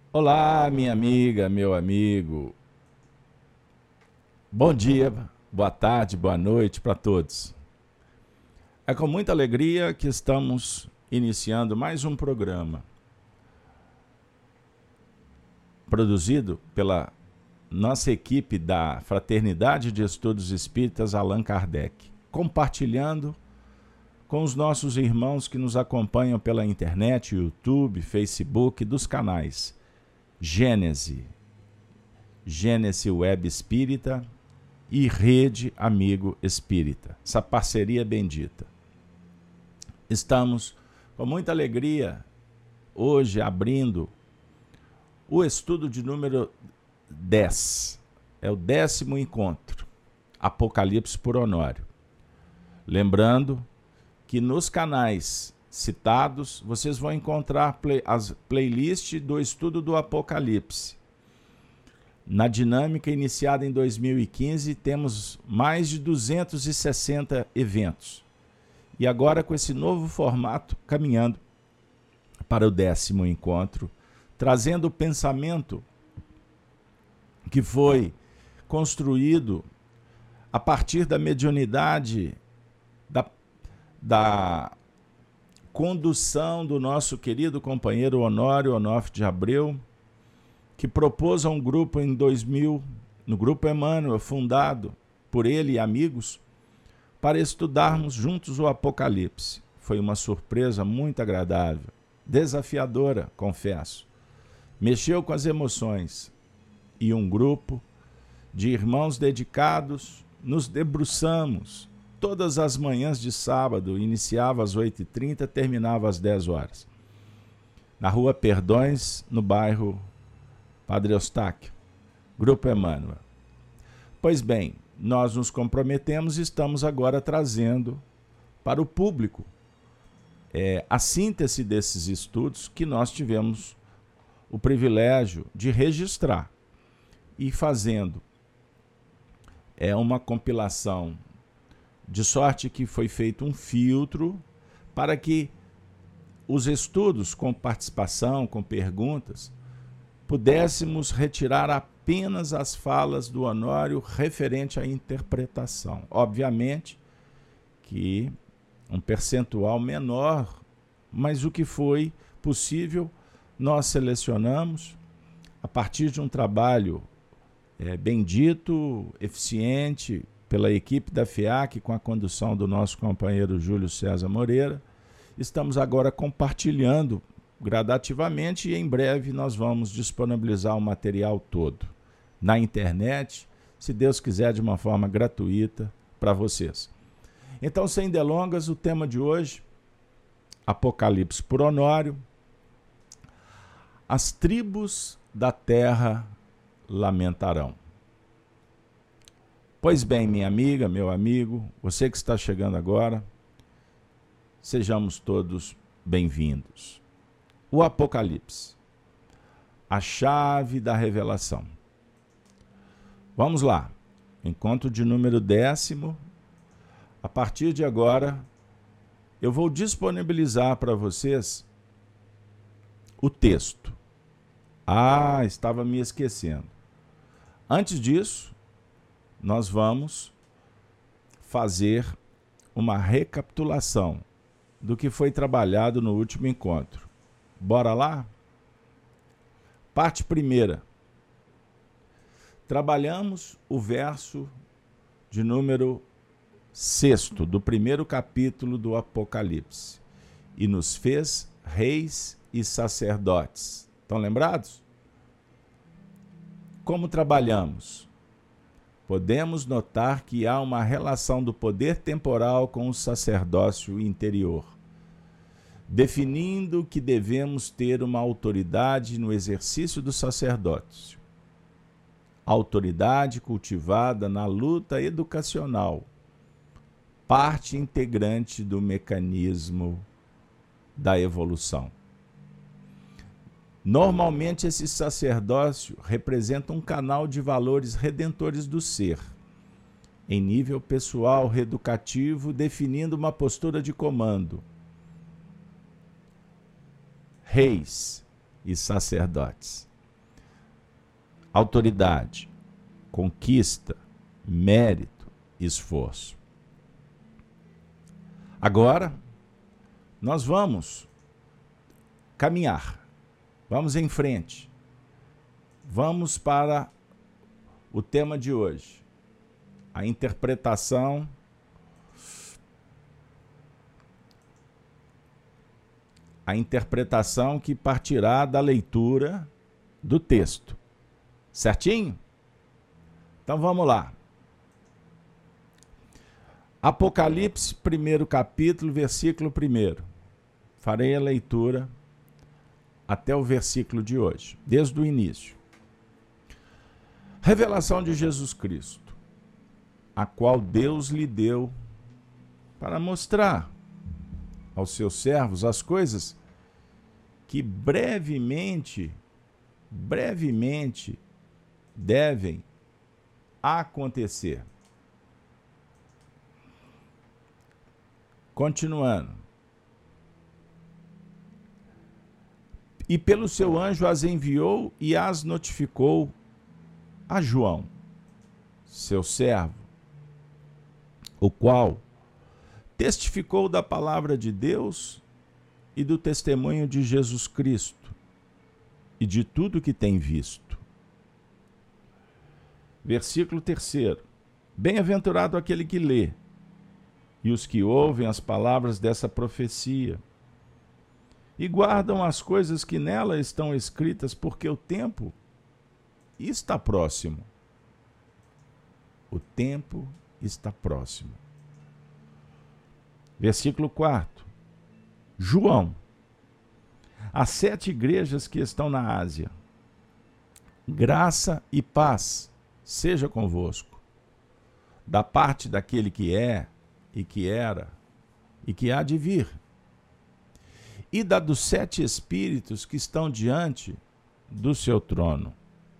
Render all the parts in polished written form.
Olá, minha amiga, meu amigo. Bom dia, boa tarde, boa noite para todos. É com muita alegria que estamos iniciando mais um programa produzido pela nossa equipe da Fraternidade de Estudos Espíritas Allan Kardec, compartilhando com os nossos irmãos que nos acompanham pela internet, YouTube, Facebook, dos canais Gênese Web Espírita e Rede Amigo Espírita, essa parceria bendita. Estamos com muita alegria hoje abrindo o estudo de número 10. É o 10º encontro, Apocalipse por Honório. Lembrando que nos canais citados vocês vão encontrar as playlists do estudo do Apocalipse. Na dinâmica iniciada em 2015, temos mais de 260 eventos. E agora, com esse novo formato, caminhando para o 10º encontro, trazendo o pensamento que foi construído a partir da mediunidade, da condução do nosso querido companheiro Honório Onofre de Abreu, que propôs a um grupo em 2000, no Grupo Emmanuel, fundado por ele e amigos, para estudarmos juntos o Apocalipse. Foi uma surpresa muito agradável, desafiadora, confesso. Mexeu com as emoções e um grupo de irmãos dedicados nos debruçamos. Todas as manhãs de sábado, iniciava às 8h30, terminava às 10 horas. Na Rua Perdões, no bairro Padre Eustáquio, Grupo Emmanuel. Pois bem, nós nos comprometemos e estamos agora trazendo para o público a síntese desses estudos que nós tivemos o privilégio de registrar e fazendo uma compilação, de sorte que foi feito um filtro para que os estudos com participação, com perguntas, pudéssemos retirar apenas as falas do Honório referente à interpretação. Obviamente que um percentual menor, mas o que foi possível nós selecionamos a partir de um trabalho bendito, eficiente, pela equipe da FEAC, com a condução do nosso companheiro Júlio César Moreira. Estamos agora compartilhando gradativamente e em breve nós vamos disponibilizar o material todo na internet, se Deus quiser, de uma forma gratuita para vocês. Então, sem delongas, o tema de hoje, Apocalipse por Honório, as tribos da terra lamentarão. Pois bem, minha amiga, meu amigo, você que está chegando agora, sejamos todos bem-vindos. O Apocalipse, a chave da revelação. Vamos lá, encontro de número 10º. A partir de agora, eu vou disponibilizar para vocês o texto. Estava me esquecendo. Antes disso, nós vamos fazer uma recapitulação do que foi trabalhado no último encontro. Bora lá? Parte primeira. Trabalhamos o verso de número 6º do primeiro capítulo do Apocalipse. E nos fez reis e sacerdotes. Estão lembrados? Como trabalhamos? Podemos notar que há uma relação do poder temporal com o sacerdócio interior, definindo que devemos ter uma autoridade no exercício do sacerdócio. Autoridade cultivada na luta educacional, parte integrante do mecanismo da evolução. Normalmente, esse sacerdócio representa um canal de valores redentores do ser, em nível pessoal, reeducativo, definindo uma postura de comando. Reis e sacerdotes. autoridade, conquista, mérito, esforço. Agora, nós vamos caminhar, vamos em frente, vamos para o tema de hoje, a interpretação que partirá da leitura do texto. Certinho? Então vamos lá. Apocalipse, 1º capítulo, versículo 1. Farei a leitura até o versículo de hoje, desde o início. Revelação de Jesus Cristo, a qual Deus lhe deu para mostrar aos seus servos as coisas que brevemente devem acontecer. Continuando. E pelo seu anjo as enviou e as notificou a João, seu servo, o qual testificou da palavra de Deus e do testemunho de Jesus Cristo e de tudo que tem visto. Versículo 3. Bem-aventurado aquele que lê e os que ouvem as palavras dessa profecia e guardam as coisas que nela estão escritas, porque o tempo está próximo. O tempo está próximo. Versículo 4. João, as 7 igrejas que estão na Ásia, graça e paz seja convosco, da parte daquele que é, e que era, e que há de vir, e da dos 7 espíritos que estão diante do seu trono,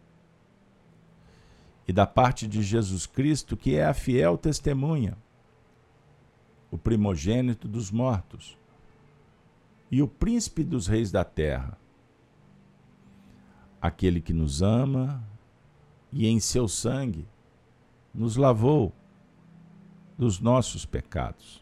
e da parte de Jesus Cristo, que é a fiel testemunha, o primogênito dos mortos, e o príncipe dos reis da terra, aquele que nos ama e em seu sangue nos lavou dos nossos pecados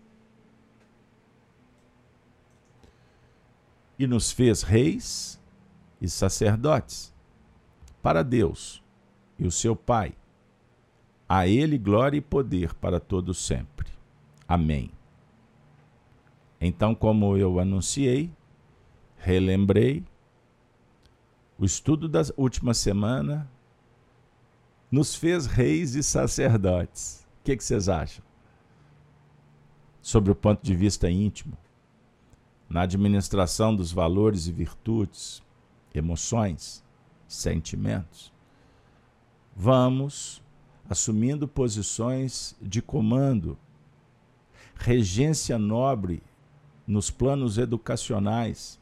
e nos fez reis e sacerdotes para Deus e o seu Pai. A Ele glória e poder para todos sempre. Amém. Então, como eu anunciei, relembrei, o estudo da última semana nos fez reis e sacerdotes. O que vocês acham? Sobre o ponto de vista íntimo, na administração dos valores e virtudes, emoções, sentimentos. Vamos assumindo posições de comando, regência nobre nos planos educacionais,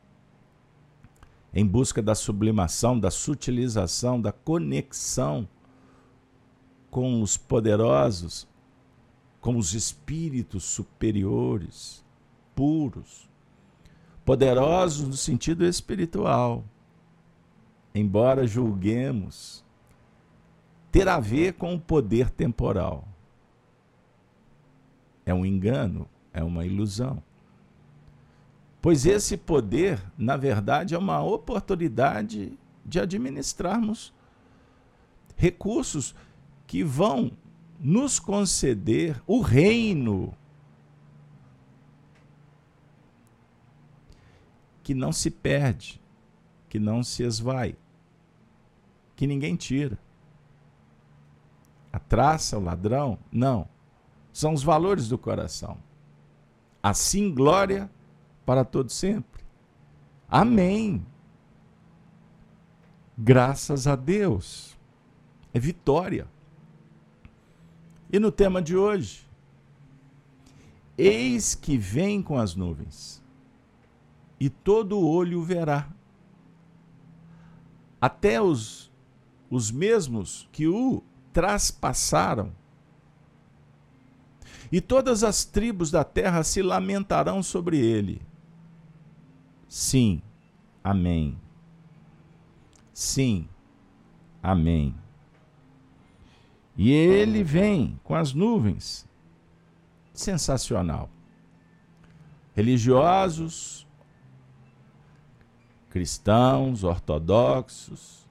em busca da sublimação, da sutilização, da conexão com os poderosos, com os espíritos superiores, puros, poderosos no sentido espiritual, embora julguemos ter a ver com o poder temporal. É um engano, é uma ilusão. Pois esse poder, na verdade, é uma oportunidade de administrarmos recursos que vão nos conceder o reino que não se perde, que não se esvai, que ninguém tira. A traça, o ladrão, não. São os valores do coração. Assim, glória para todo sempre. Amém. Graças a Deus. É vitória. E no tema de hoje, eis que vem com as nuvens, e todo olho o verá, até os mesmos que o traspassaram, e todas as tribos da terra se lamentarão sobre ele. Sim, amém. Sim, amém. E ele vem com as nuvens. Sensacional. Religiosos, cristãos, ortodoxos,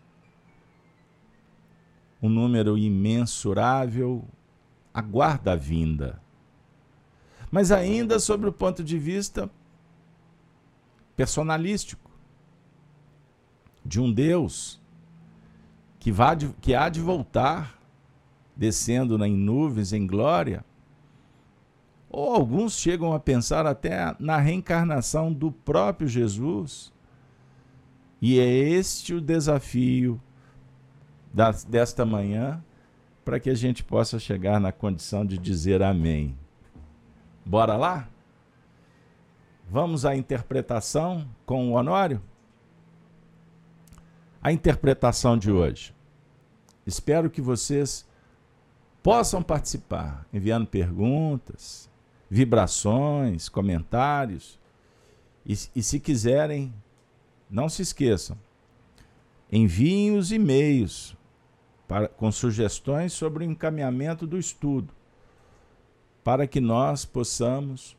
um número imensurável aguarda a vinda. Mas ainda sobre o ponto de vista personalístico, de um Deus que há de voltar, descendo em nuvens, em glória. Ou alguns chegam a pensar até na reencarnação do próprio Jesus. E é este o desafio desta manhã, para que a gente possa chegar na condição de dizer amém. Bora lá? Vamos à interpretação com o Honório? A interpretação de hoje. Espero que vocês possam participar, enviando perguntas, vibrações, comentários. E se quiserem, não se esqueçam, enviem os e-mails com sugestões sobre o encaminhamento do estudo, para que nós possamos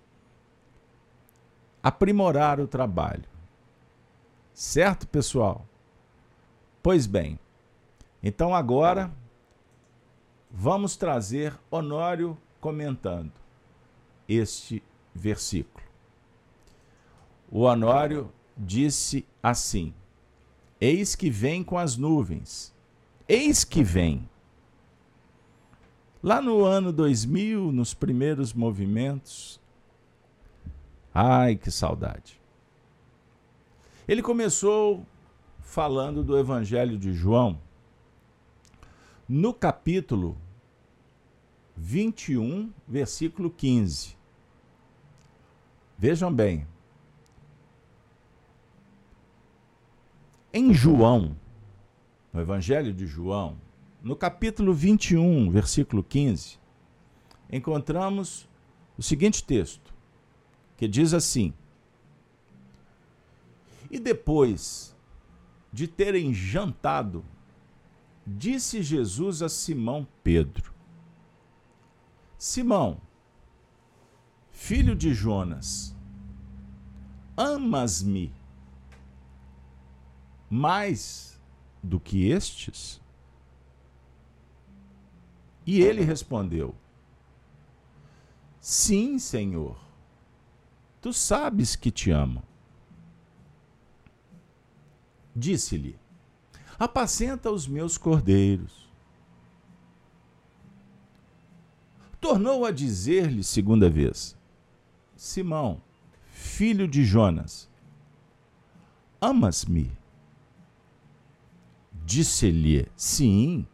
aprimorar o trabalho. Certo, pessoal? Pois bem, então agora vamos trazer Honório comentando este versículo. O Honório disse assim: eis que vem com as nuvens. Eis que vem. Lá no ano 2000, nos primeiros movimentos, ai, que saudade. Ele começou falando do Evangelho de João, no capítulo 21, versículo 15. Vejam bem. Em João, no Evangelho de João, no capítulo 21, versículo 15, encontramos o seguinte texto, que diz assim: e depois de terem jantado, disse Jesus a Simão Pedro: Simão, filho de Jonas, amas-me mais do que estes? E ele respondeu: sim, Senhor, tu sabes que te amo. Disse-lhe: apacenta os meus cordeiros. Tornou a dizer-lhe segunda vez: Simão, filho de Jonas, amas-me? Disse-lhe: sim.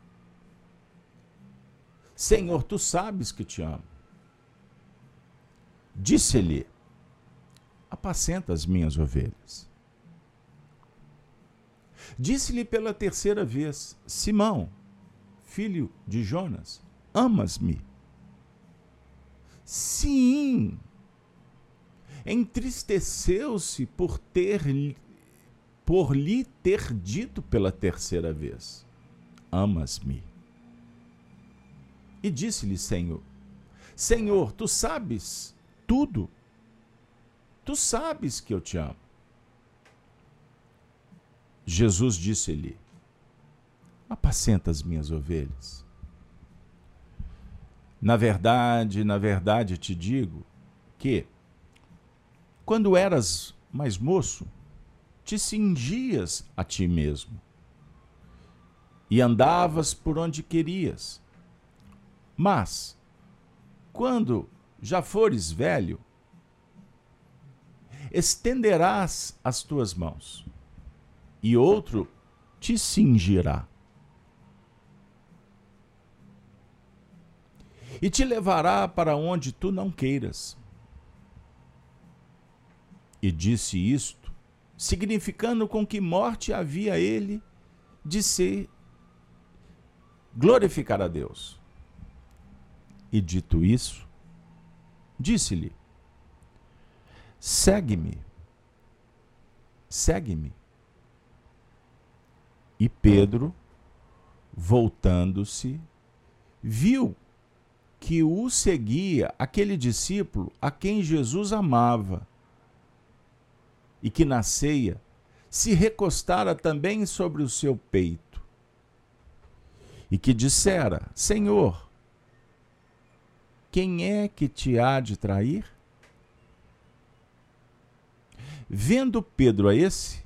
Senhor, tu sabes que te amo. Disse-lhe: apacenta as minhas ovelhas. Disse-lhe pela terceira vez: Simão, filho de Jonas, amas-me? Sim. Entristeceu-se por lhe ter dito pela terceira vez: amas-me? E disse-lhe: Senhor, tu sabes tudo. Tu sabes que eu te amo. Jesus disse-lhe: apacenta as minhas ovelhas. Na verdade te digo que, quando eras mais moço, te cingias a ti mesmo e andavas por onde querias. Mas, quando já fores velho, estenderás as tuas mãos, e outro te cingirá, e te levará para onde tu não queiras. E disse isto, significando com que morte havia ele de se glorificar a Deus. E dito isso, disse-lhe: segue-me, segue-me. E Pedro voltando-se, viu que o seguia aquele discípulo a quem Jesus amava e que na ceia se recostara também sobre o seu peito e que dissera: Senhor, quem é que te há de trair? Vendo Pedro a esse,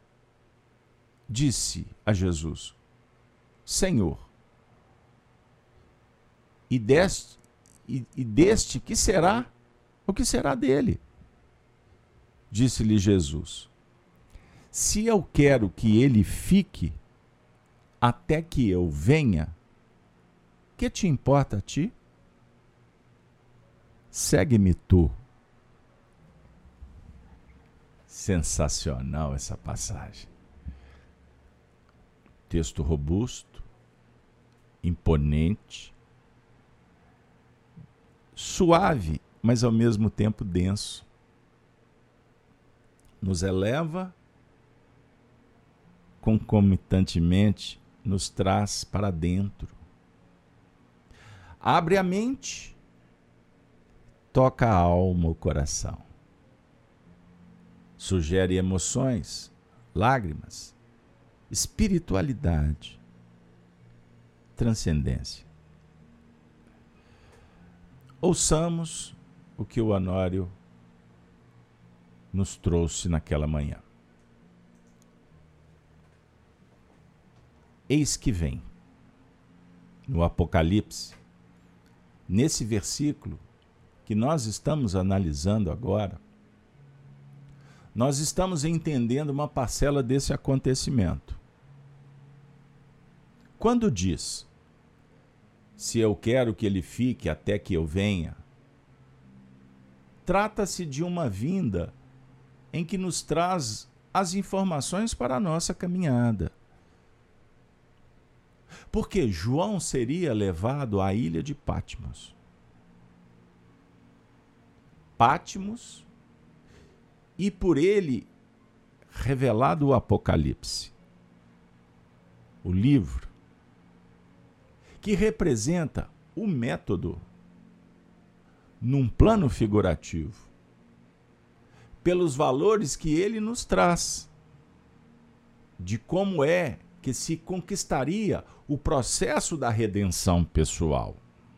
disse a Jesus: Senhor, e deste que será? O que será dele? Disse-lhe Jesus: se eu quero que ele fique até que eu venha, que te importa a ti? Segue-me tu. Sensacional essa passagem. Texto robusto, imponente, suave, mas ao mesmo tempo denso. Nos eleva, concomitantemente nos traz para dentro. Abre a mente, toca a alma, o coração. Sugere emoções, lágrimas, espiritualidade, transcendência. Ouçamos o que o Honório nos trouxe naquela manhã. Eis que vem, no Apocalipse, nesse versículo que nós estamos analisando agora, nós estamos entendendo uma parcela desse acontecimento. Quando diz: se eu quero que ele fique até que eu venha, trata-se de uma vinda em que nos traz as informações para a nossa caminhada. Porque João seria levado à ilha de Patmos. Patmos, e por ele revelado o Apocalipse, o livro, que representa o método, num plano figurativo, pelos valores que ele nos traz, de como é que se conquistaria o processo da redenção pessoal.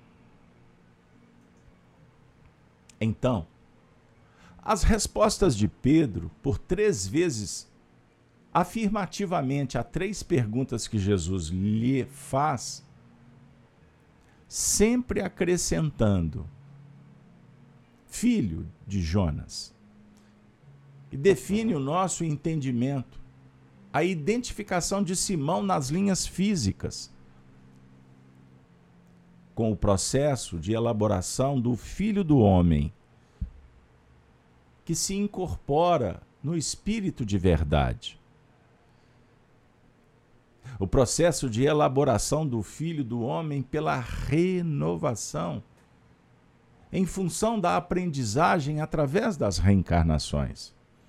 Então, as respostas de Pedro, por 3 vezes, afirmativamente a 3 perguntas que Jesus lhe faz, sempre acrescentando: filho de Jonas, e define o nosso entendimento, a identificação de Simão nas linhas físicas, com o processo de elaboração do Filho do Homem, que se incorpora no Espírito de verdade. O processo de elaboração do Filho do Homem pela renovação, em função da aprendizagem através das reencarnações.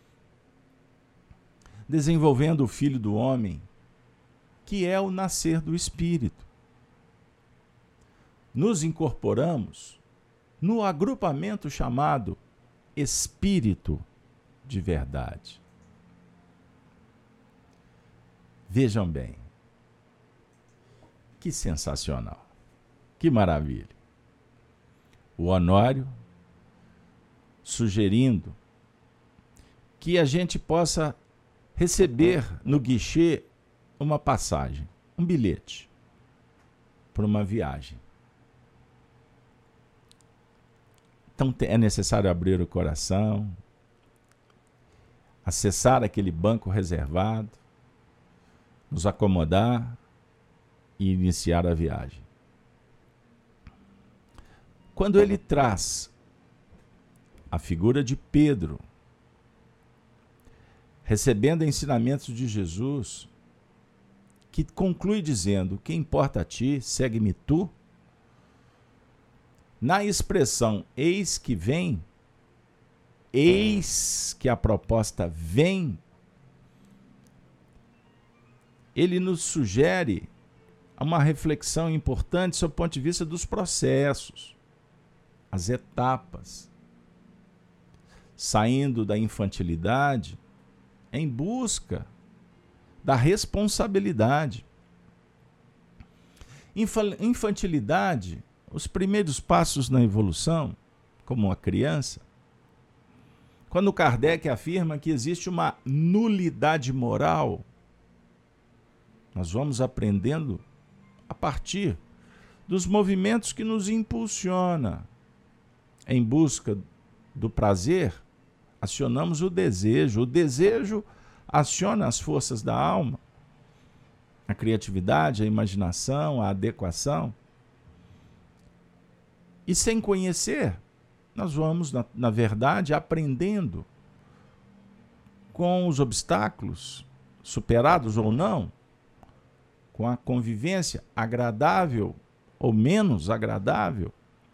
Desenvolvendo o Filho do Homem, que é o nascer do Espírito. Nos incorporamos no agrupamento chamado Espírito de verdade. Vejam bem, que sensacional, que maravilha. O Honório sugerindo que a gente possa receber no guichê uma passagem, um bilhete para uma viagem. Então é necessário abrir o coração, acessar aquele banco reservado, nos acomodar e iniciar a viagem. Quando ele traz a figura de Pedro, recebendo ensinamentos de Jesus, que conclui dizendo: que importa a ti, segue-me tu, na expressão eis que vem, eis que a proposta vem, ele nos sugere uma reflexão importante sob o ponto de vista dos processos, as etapas, saindo da infantilidade em busca da responsabilidade. Infantilidade, os primeiros passos na evolução, como uma criança, quando Kardec afirma que existe uma nulidade moral, nós vamos aprendendo a partir dos movimentos que nos impulsiona em busca do prazer, acionamos o desejo aciona as forças da alma, a criatividade, a imaginação, a adequação. E sem conhecer, nós vamos, na verdade, aprendendo com os obstáculos, superados ou não, com a convivência agradável ou menos agradável,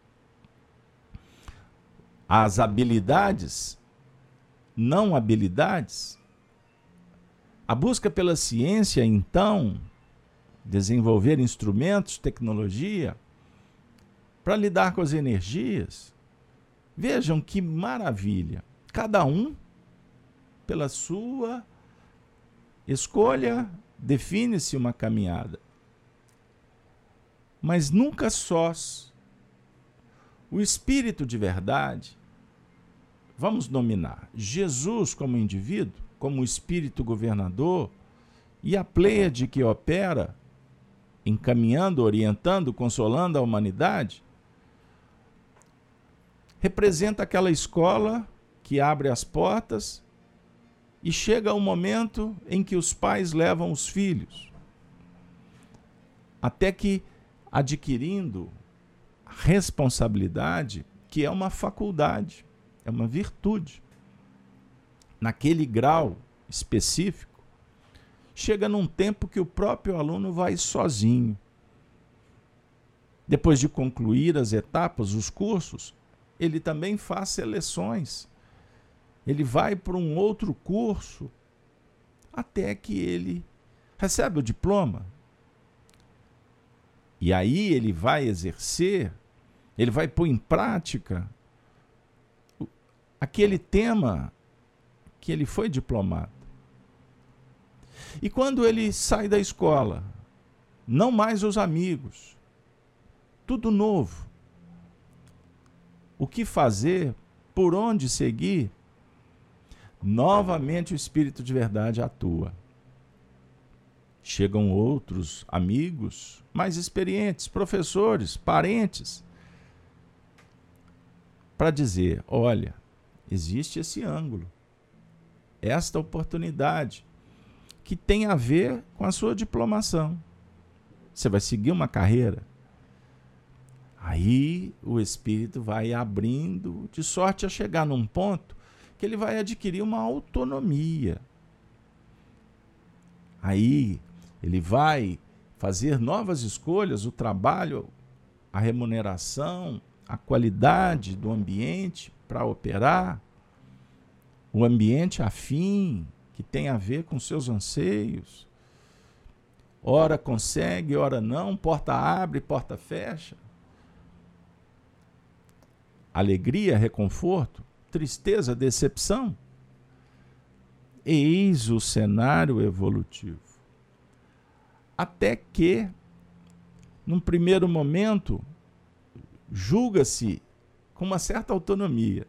as habilidades, não habilidades. A busca pela ciência, então, desenvolver instrumentos, tecnologia, para lidar com as energias. Vejam que maravilha. Cada um, pela sua escolha, define-se uma caminhada. Mas nunca sós. O Espírito de verdade, vamos nominar Jesus como indivíduo, como Espírito governador, e a Pleiade que opera, encaminhando, orientando, consolando a humanidade, representa aquela escola que abre as portas e chega o momento em que os pais levam os filhos, até que, adquirindo responsabilidade, que é uma faculdade, é uma virtude, naquele grau específico, chega num tempo que o próprio aluno vai sozinho. Depois de concluir as etapas, os cursos, ele também faz seleções. Ele vai para um outro curso, até que ele recebe o diploma. E aí ele vai exercer, ele vai pôr em prática aquele tema que ele foi diplomado. E quando ele sai da escola, não mais os amigos, tudo novo. O que fazer? Por onde seguir? Novamente o Espírito de verdade atua. Chegam outros amigos mais experientes, professores, parentes, para dizer, olha, existe esse ângulo, esta oportunidade, que tem a ver com a sua diplomação. Você vai seguir uma carreira. Aí o Espírito vai abrindo, de sorte a chegar num ponto que ele vai adquirir uma autonomia. Aí ele vai fazer novas escolhas, o trabalho, a remuneração, a qualidade do ambiente para operar, o ambiente afim, que tem a ver com seus anseios. Ora consegue, ora não, porta abre, porta fecha. Alegria, reconforto, tristeza, decepção. Eis o cenário evolutivo. Até que, num primeiro momento, julga-se com uma certa autonomia.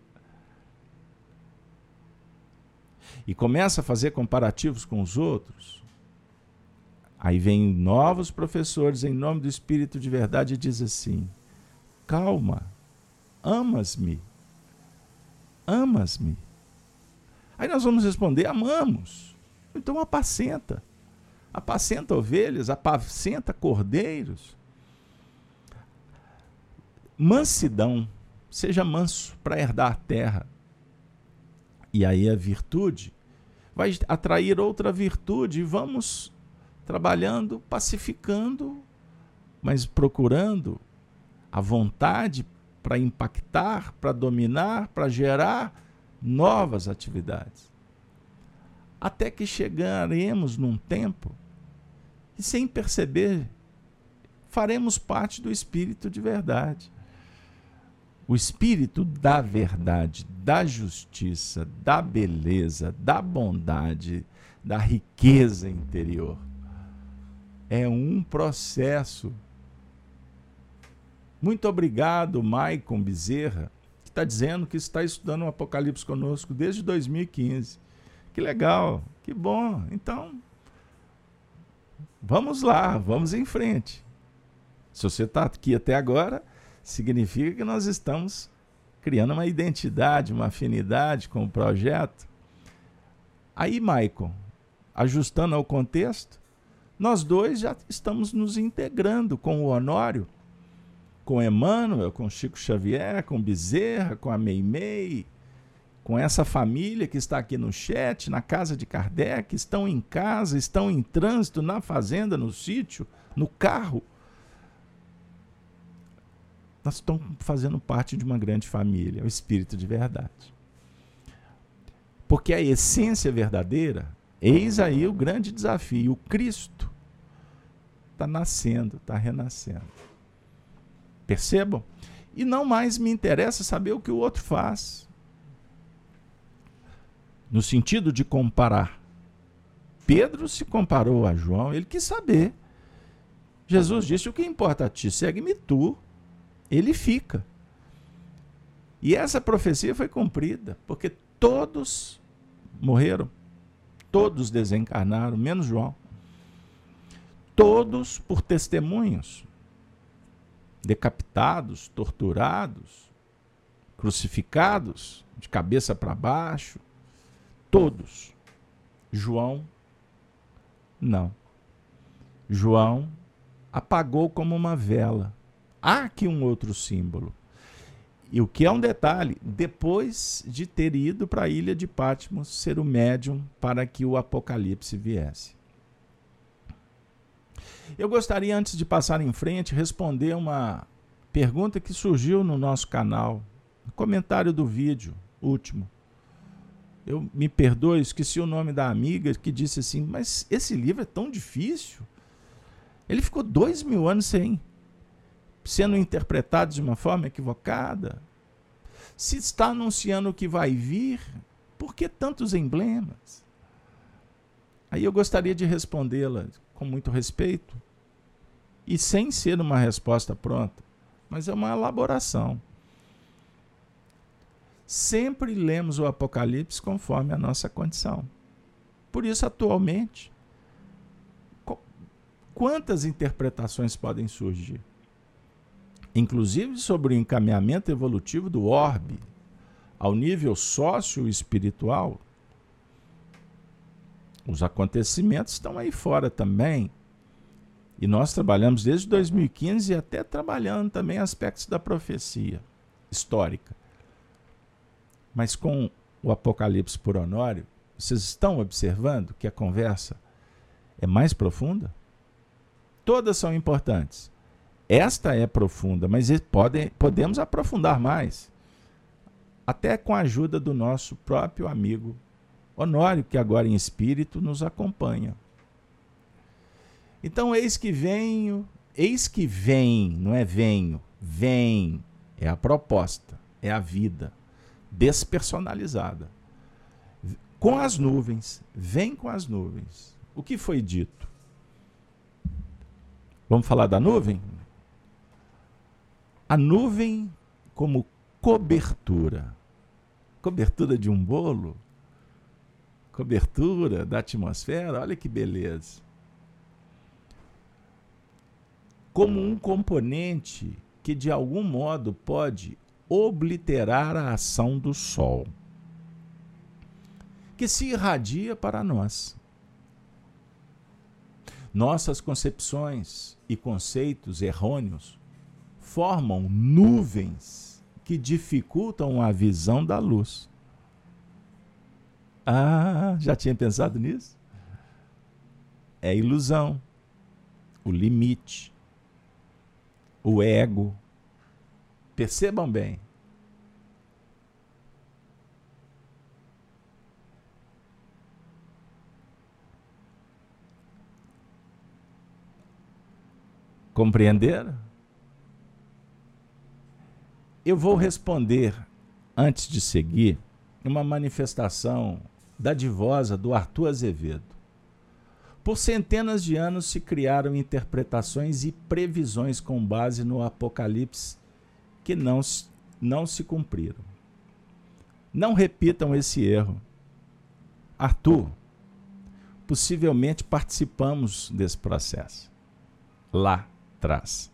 E começa a fazer comparativos com os outros. Aí vem novos professores em nome do Espírito de verdade e diz assim, calma, amas-me, amas-me. Aí nós vamos responder, amamos. Então apacenta ovelhas, apacenta cordeiros. Mansidão, seja manso para herdar a terra. E aí a virtude vai atrair outra virtude e vamos trabalhando, pacificando, mas procurando a vontade para impactar, para dominar, para gerar novas atividades. Até que chegaremos num tempo e sem perceber, faremos parte do Espírito de verdade. O Espírito da verdade, da justiça, da beleza, da bondade, da riqueza interior. É um processo. Muito obrigado, Maicon Bezerra, que está dizendo que está estudando o Apocalipse conosco desde 2015. Que legal, que bom. Então, vamos lá, vamos em frente. Se você está aqui até agora, significa que nós estamos criando uma identidade, uma afinidade com o projeto. Aí, Maicon, ajustando ao contexto, nós dois já estamos nos integrando com o Honório, com o Emmanuel, com o Chico Xavier, com o Bezerra, com a Meimei, com essa família que está aqui no chat, na casa de Kardec, estão em casa, estão em trânsito, na fazenda, no sítio, no carro. Nós estamos fazendo parte de uma grande família, o Espírito de verdade. Porque a essência verdadeira, eis aí o grande desafio, o Cristo está nascendo, está renascendo. Percebam? E não mais me interessa saber o que o outro faz. No sentido de comparar. Pedro se comparou a João, ele quis saber. Jesus disse, o que importa a ti? Segue-me tu. Ele fica. E essa profecia foi cumprida, porque todos morreram, todos desencarnaram, menos João. Todos por testemunhos, decapitados, torturados, crucificados, de cabeça para baixo, todos. João, não. João apagou como uma vela. Há aqui um outro símbolo. E o que é um detalhe, depois de ter ido para a ilha de Patmos ser o médium para que o Apocalipse viesse. Eu gostaria, antes de passar em frente, responder uma pergunta que surgiu no nosso canal, no comentário do vídeo último. Eu me perdoe, esqueci o nome da amiga que disse assim, mas esse livro é tão difícil. Ele ficou 2000 anos sendo interpretado de uma forma equivocada. Se está anunciando o que vai vir, por que tantos emblemas? Aí eu gostaria de respondê-la com muito respeito e sem ser uma resposta pronta, mas é uma elaboração. Sempre lemos o Apocalipse conforme a nossa condição. Por isso, atualmente, quantas interpretações podem surgir? Inclusive sobre o encaminhamento evolutivo do orbe, ao nível sócio-espiritual. Os acontecimentos estão aí fora também. E nós trabalhamos desde 2015 até trabalhando também aspectos da profecia histórica. Mas com o Apocalipse por Honório, vocês estão observando que a conversa é mais profunda? Todas são importantes. Esta é profunda, mas podemos aprofundar mais. Até com a ajuda do nosso próprio amigo Honório, que agora em espírito nos acompanha. Então, eis que vem, não é venho, vem, é a proposta, é a vida, despersonalizada. Com as nuvens, vem com as nuvens. O que foi dito? Vamos falar da nuvem? A nuvem como cobertura. Cobertura de um bolo? Cobertura da atmosfera? Olha que beleza. Como um componente que de algum modo pode obliterar a ação do Sol, que se irradia para nós. Nossas concepções e conceitos errôneos formam nuvens que dificultam a visão da luz. Ah, já tinha pensado nisso? É ilusão, o limite, o ego. Percebam bem. Compreenderam? Eu vou responder, antes de seguir, uma manifestação dadivosa do Arthur Azevedo. Por centenas de anos se criaram interpretações e previsões com base no Apocalipse que não se cumpriram. Não repitam esse erro. Arthur, possivelmente participamos desse processo. Lá atrás.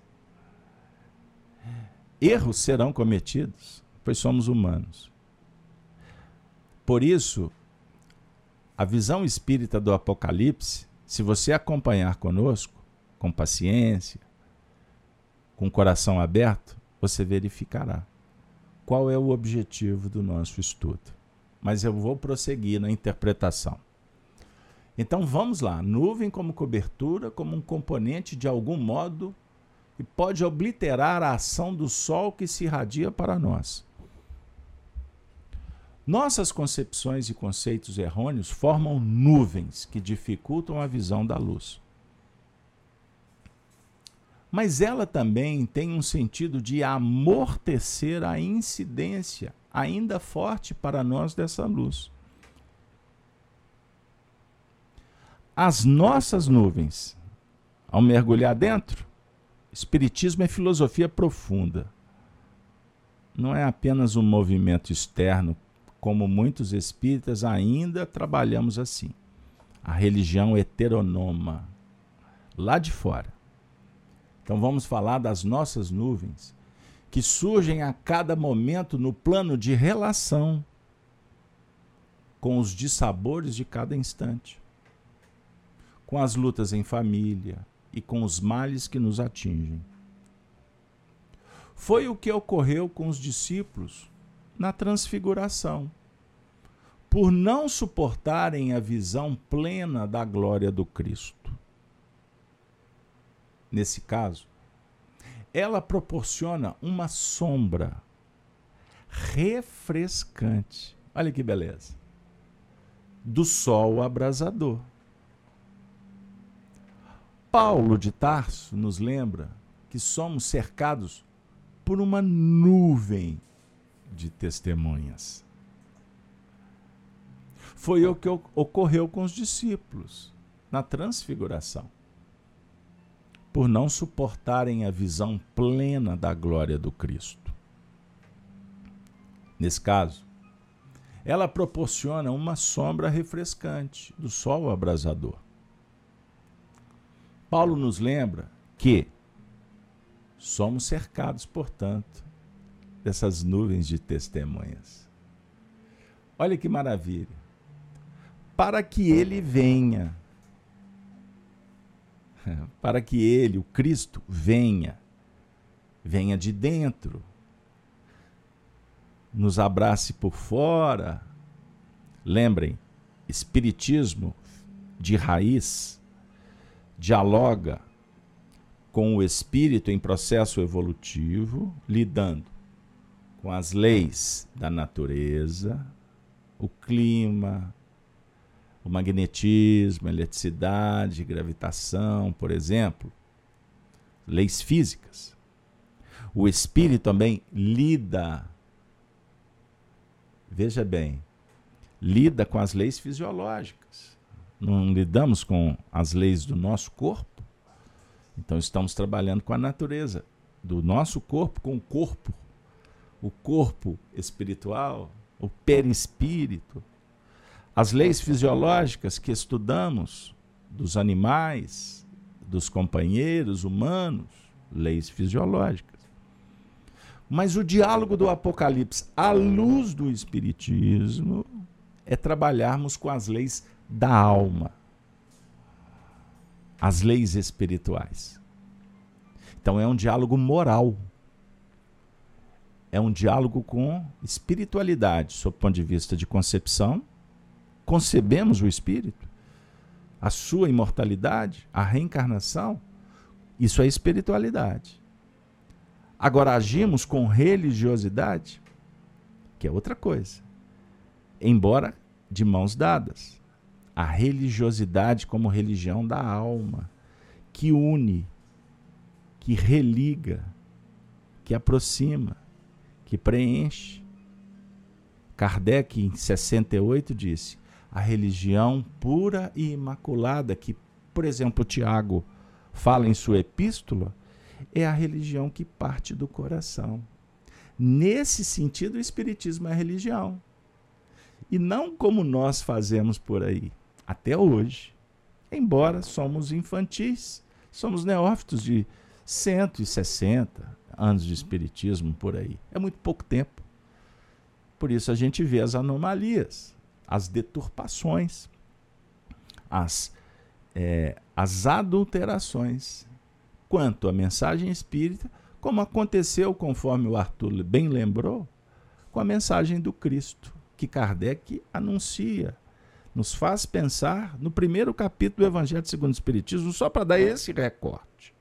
Erros serão cometidos, pois somos humanos. Por isso, a visão espírita do Apocalipse, se você acompanhar conosco, com paciência, com o coração aberto, você verificará qual é o objetivo do nosso estudo. Mas eu vou prosseguir na interpretação. Então vamos lá, nuvem como cobertura, como um componente de algum modo que pode obliterar a ação do sol que se irradia para nós. Nossas concepções e conceitos errôneos formam nuvens que dificultam a visão da luz. Mas ela também tem um sentido de amortecer a incidência ainda forte para nós dessa luz. As nossas nuvens, ao mergulhar dentro, espiritismo é filosofia profunda. Não é apenas um movimento externo, como muitos espíritas ainda trabalhamos assim. A religião heteronoma, lá de fora. Então vamos falar das nossas nuvens, que surgem a cada momento no plano de relação com os dissabores de cada instante, com as lutas em família e com os males que nos atingem. Foi o que ocorreu com os discípulos na transfiguração, por não suportarem a visão plena da glória do Cristo. Nesse caso, ela proporciona uma sombra refrescante. Olha que beleza. Do sol abrasador. Paulo de Tarso nos lembra que somos cercados por uma nuvem de testemunhas. Foi o que ocorreu com os discípulos na transfiguração, por não suportarem a visão plena da glória do Cristo. Nesse caso, ela proporciona uma sombra refrescante do sol abrasador. Paulo nos lembra que somos cercados, portanto, dessas nuvens de testemunhas. Olha que maravilha. Para que ele venha, para que ele, o Cristo, venha de dentro, nos abrace por fora. Lembrem, espiritismo de raiz dialoga com o espírito em processo evolutivo, lidando com as leis da natureza, o clima, o magnetismo, a eletricidade, gravitação, por exemplo, leis físicas. O espírito também lida, veja bem, lida com as leis fisiológicas. Não lidamos com as leis do nosso corpo, então estamos trabalhando com a natureza do nosso corpo, com o corpo espiritual, o perispírito. As leis fisiológicas que estudamos dos animais, dos companheiros humanos, leis fisiológicas. Mas o diálogo do Apocalipse, à luz do Espiritismo, é trabalharmos com as leis da alma, as leis espirituais. Então é um diálogo moral, é um diálogo com espiritualidade, sob o ponto de vista de concepção. Concebemos o espírito, a sua imortalidade, a reencarnação, isso é espiritualidade. Agora agimos com religiosidade, que é outra coisa, embora de mãos dadas. A religiosidade como religião da alma, que une que religa, que aproxima, que preenche. Kardec, em 68, disse: a religião pura e imaculada, que, por exemplo, Tiago fala em sua epístola, é a religião que parte do coração. Nesse sentido, o Espiritismo é religião. E não como nós fazemos por aí, até hoje. Embora somos infantis, somos neófitos de 160 anos de Espiritismo por aí. É muito pouco tempo. Por isso a gente vê as anomalias, as deturpações, as adulterações quanto à mensagem espírita, como aconteceu, conforme o Arthur bem lembrou, com a mensagem do Cristo, que Kardec anuncia, nos faz pensar no primeiro capítulo do Evangelho segundo o Espiritismo, só para dar esse recorte.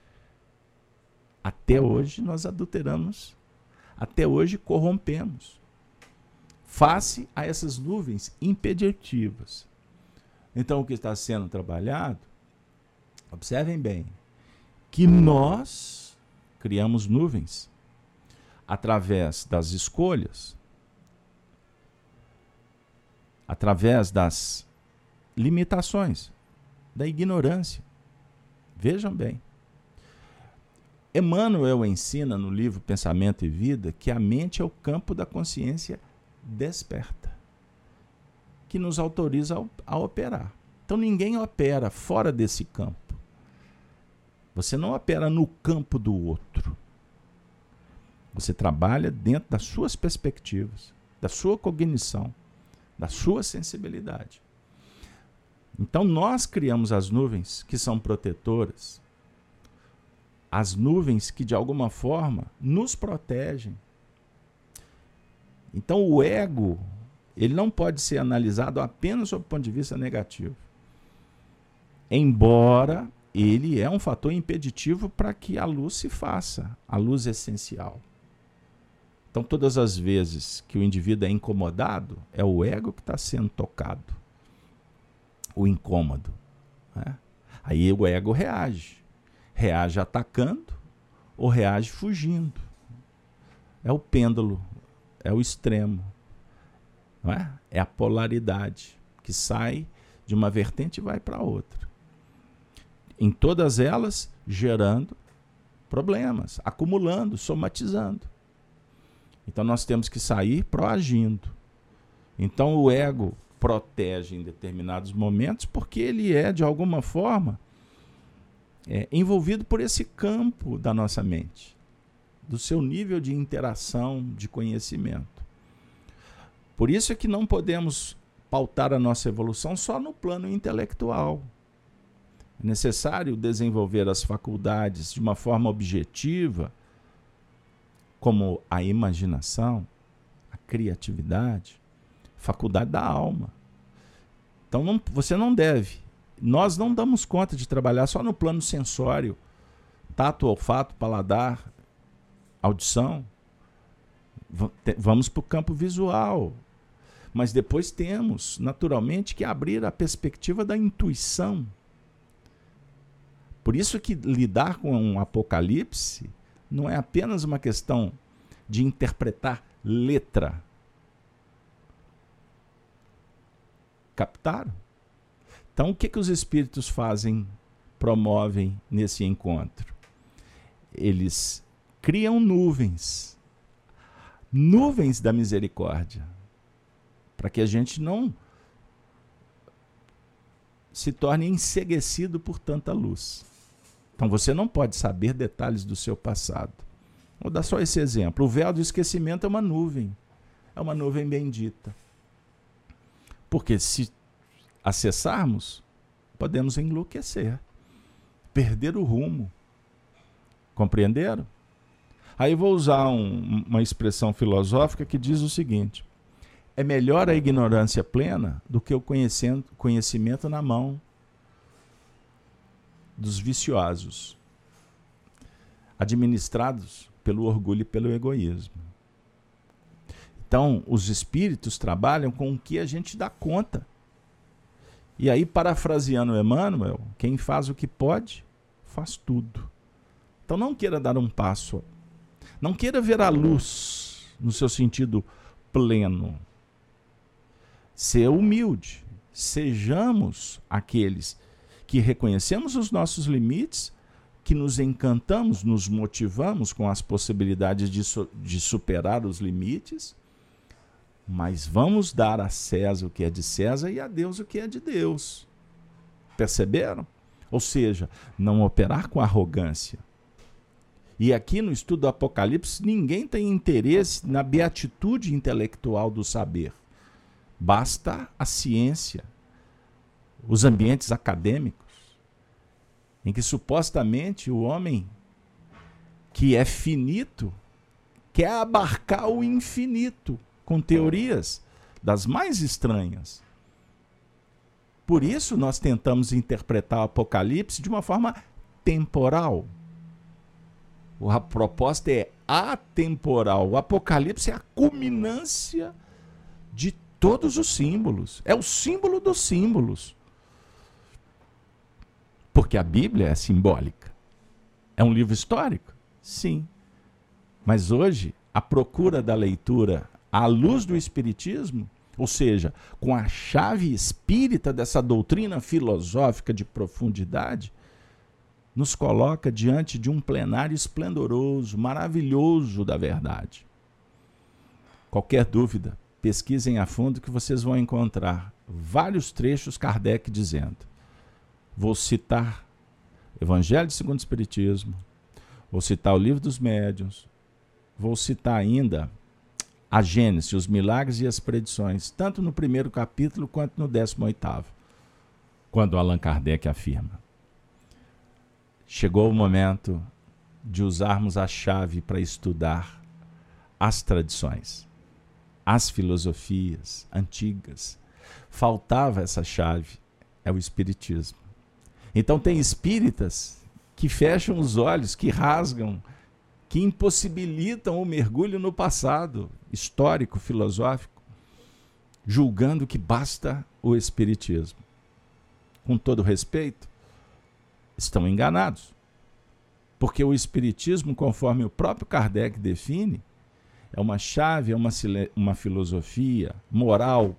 Até hoje nós adulteramos, até hoje corrompemos, face a essas nuvens impeditivas. Então, o que está sendo trabalhado, observem bem, que nós criamos nuvens através das escolhas, através das limitações, da ignorância. Vejam bem. Emmanuel ensina no livro Pensamento e Vida que a mente é o campo da consciência desperta, que nos autoriza a operar. Então ninguém opera fora desse campo. Você não opera no campo do outro. Você trabalha dentro das suas perspectivas, da sua cognição, da sua sensibilidade. Então nós criamos as nuvens que são protetoras, as nuvens que de alguma forma nos protegem. Então o ego, ele não pode ser analisado apenas sob o ponto de vista negativo. Embora ele é um fator impeditivo para que a luz se faça, a luz essencial. Então todas as vezes que o indivíduo é incomodado, é o ego que está sendo tocado, o incômodo, né? Aí o ego reage atacando ou reage fugindo. É o pêndulo, é o extremo, não é? É a polaridade que sai de uma vertente e vai para outra. Em todas elas, gerando problemas, acumulando, somatizando. Então nós temos que sair proagindo. Então o ego protege em determinados momentos porque ele é, de alguma forma, envolvido por esse campo da nossa mente, do seu nível de interação, de conhecimento. Por isso é que não podemos pautar a nossa evolução só no plano intelectual. É necessário desenvolver as faculdades de uma forma objetiva, como a imaginação, a criatividade, faculdade da alma. Então você não deve. Nós não damos conta de trabalhar só no plano sensório, tato, olfato, paladar, audição. Vamos para o campo visual. Mas depois temos, naturalmente, que abrir a perspectiva da intuição. Por isso que lidar com um apocalipse não é apenas uma questão de interpretar letra. Captaram? Então, o que os espíritos fazem, promovem nesse encontro? Eles criam nuvens da misericórdia, para que a gente não se torne enceguecido por tanta luz. Então você não pode saber detalhes do seu passado. Vou dar só esse exemplo. O véu do esquecimento é uma nuvem bendita. Porque se acessarmos, podemos enlouquecer, perder o rumo. Compreenderam? Aí vou usar uma expressão filosófica que diz o seguinte: é melhor a ignorância plena do que o conhecimento na mão dos viciosos, administrados pelo orgulho e pelo egoísmo. Então, os espíritos trabalham com o que a gente dá conta. E aí, parafraseando Emmanuel, quem faz o que pode, faz tudo. Então não queira dar um passo. Não queira ver a luz no seu sentido pleno. Ser humilde. Sejamos aqueles que reconhecemos os nossos limites, que nos encantamos, nos motivamos com as possibilidades de superar os limites, mas vamos dar a César o que é de César e a Deus o que é de Deus. Perceberam? Ou seja, não operar com arrogância. E aqui no estudo do Apocalipse, ninguém tem interesse na beatitude intelectual do saber. Basta a ciência, os ambientes acadêmicos, em que supostamente o homem que é finito quer abarcar o infinito com teorias das mais estranhas. Por isso nós tentamos interpretar o Apocalipse de uma forma temporal. A proposta é atemporal. O Apocalipse é a culminância de todos os símbolos. É o símbolo dos símbolos. Porque a Bíblia é simbólica. É um livro histórico? Sim. Mas hoje, a procura da leitura à luz do Espiritismo, ou seja, com a chave espírita dessa doutrina filosófica de profundidade, nos coloca diante de um plenário esplendoroso, maravilhoso da verdade. Qualquer dúvida, pesquisem a fundo que vocês vão encontrar vários trechos Kardec dizendo. Vou citar Evangelho segundo o Espiritismo, vou citar o Livro dos Médiuns, vou citar ainda a Gênese, os milagres e as predições, tanto no primeiro capítulo quanto no 18º, quando Allan Kardec afirma: chegou o momento de usarmos a chave para estudar as tradições, as filosofias antigas. Faltava essa chave, é o Espiritismo. Então tem espíritas que fecham os olhos, que rasgam, que impossibilitam o mergulho no passado histórico, filosófico, julgando que basta o Espiritismo. Com todo respeito, estão enganados. Porque o Espiritismo, conforme o próprio Kardec define, é uma chave, é uma filosofia moral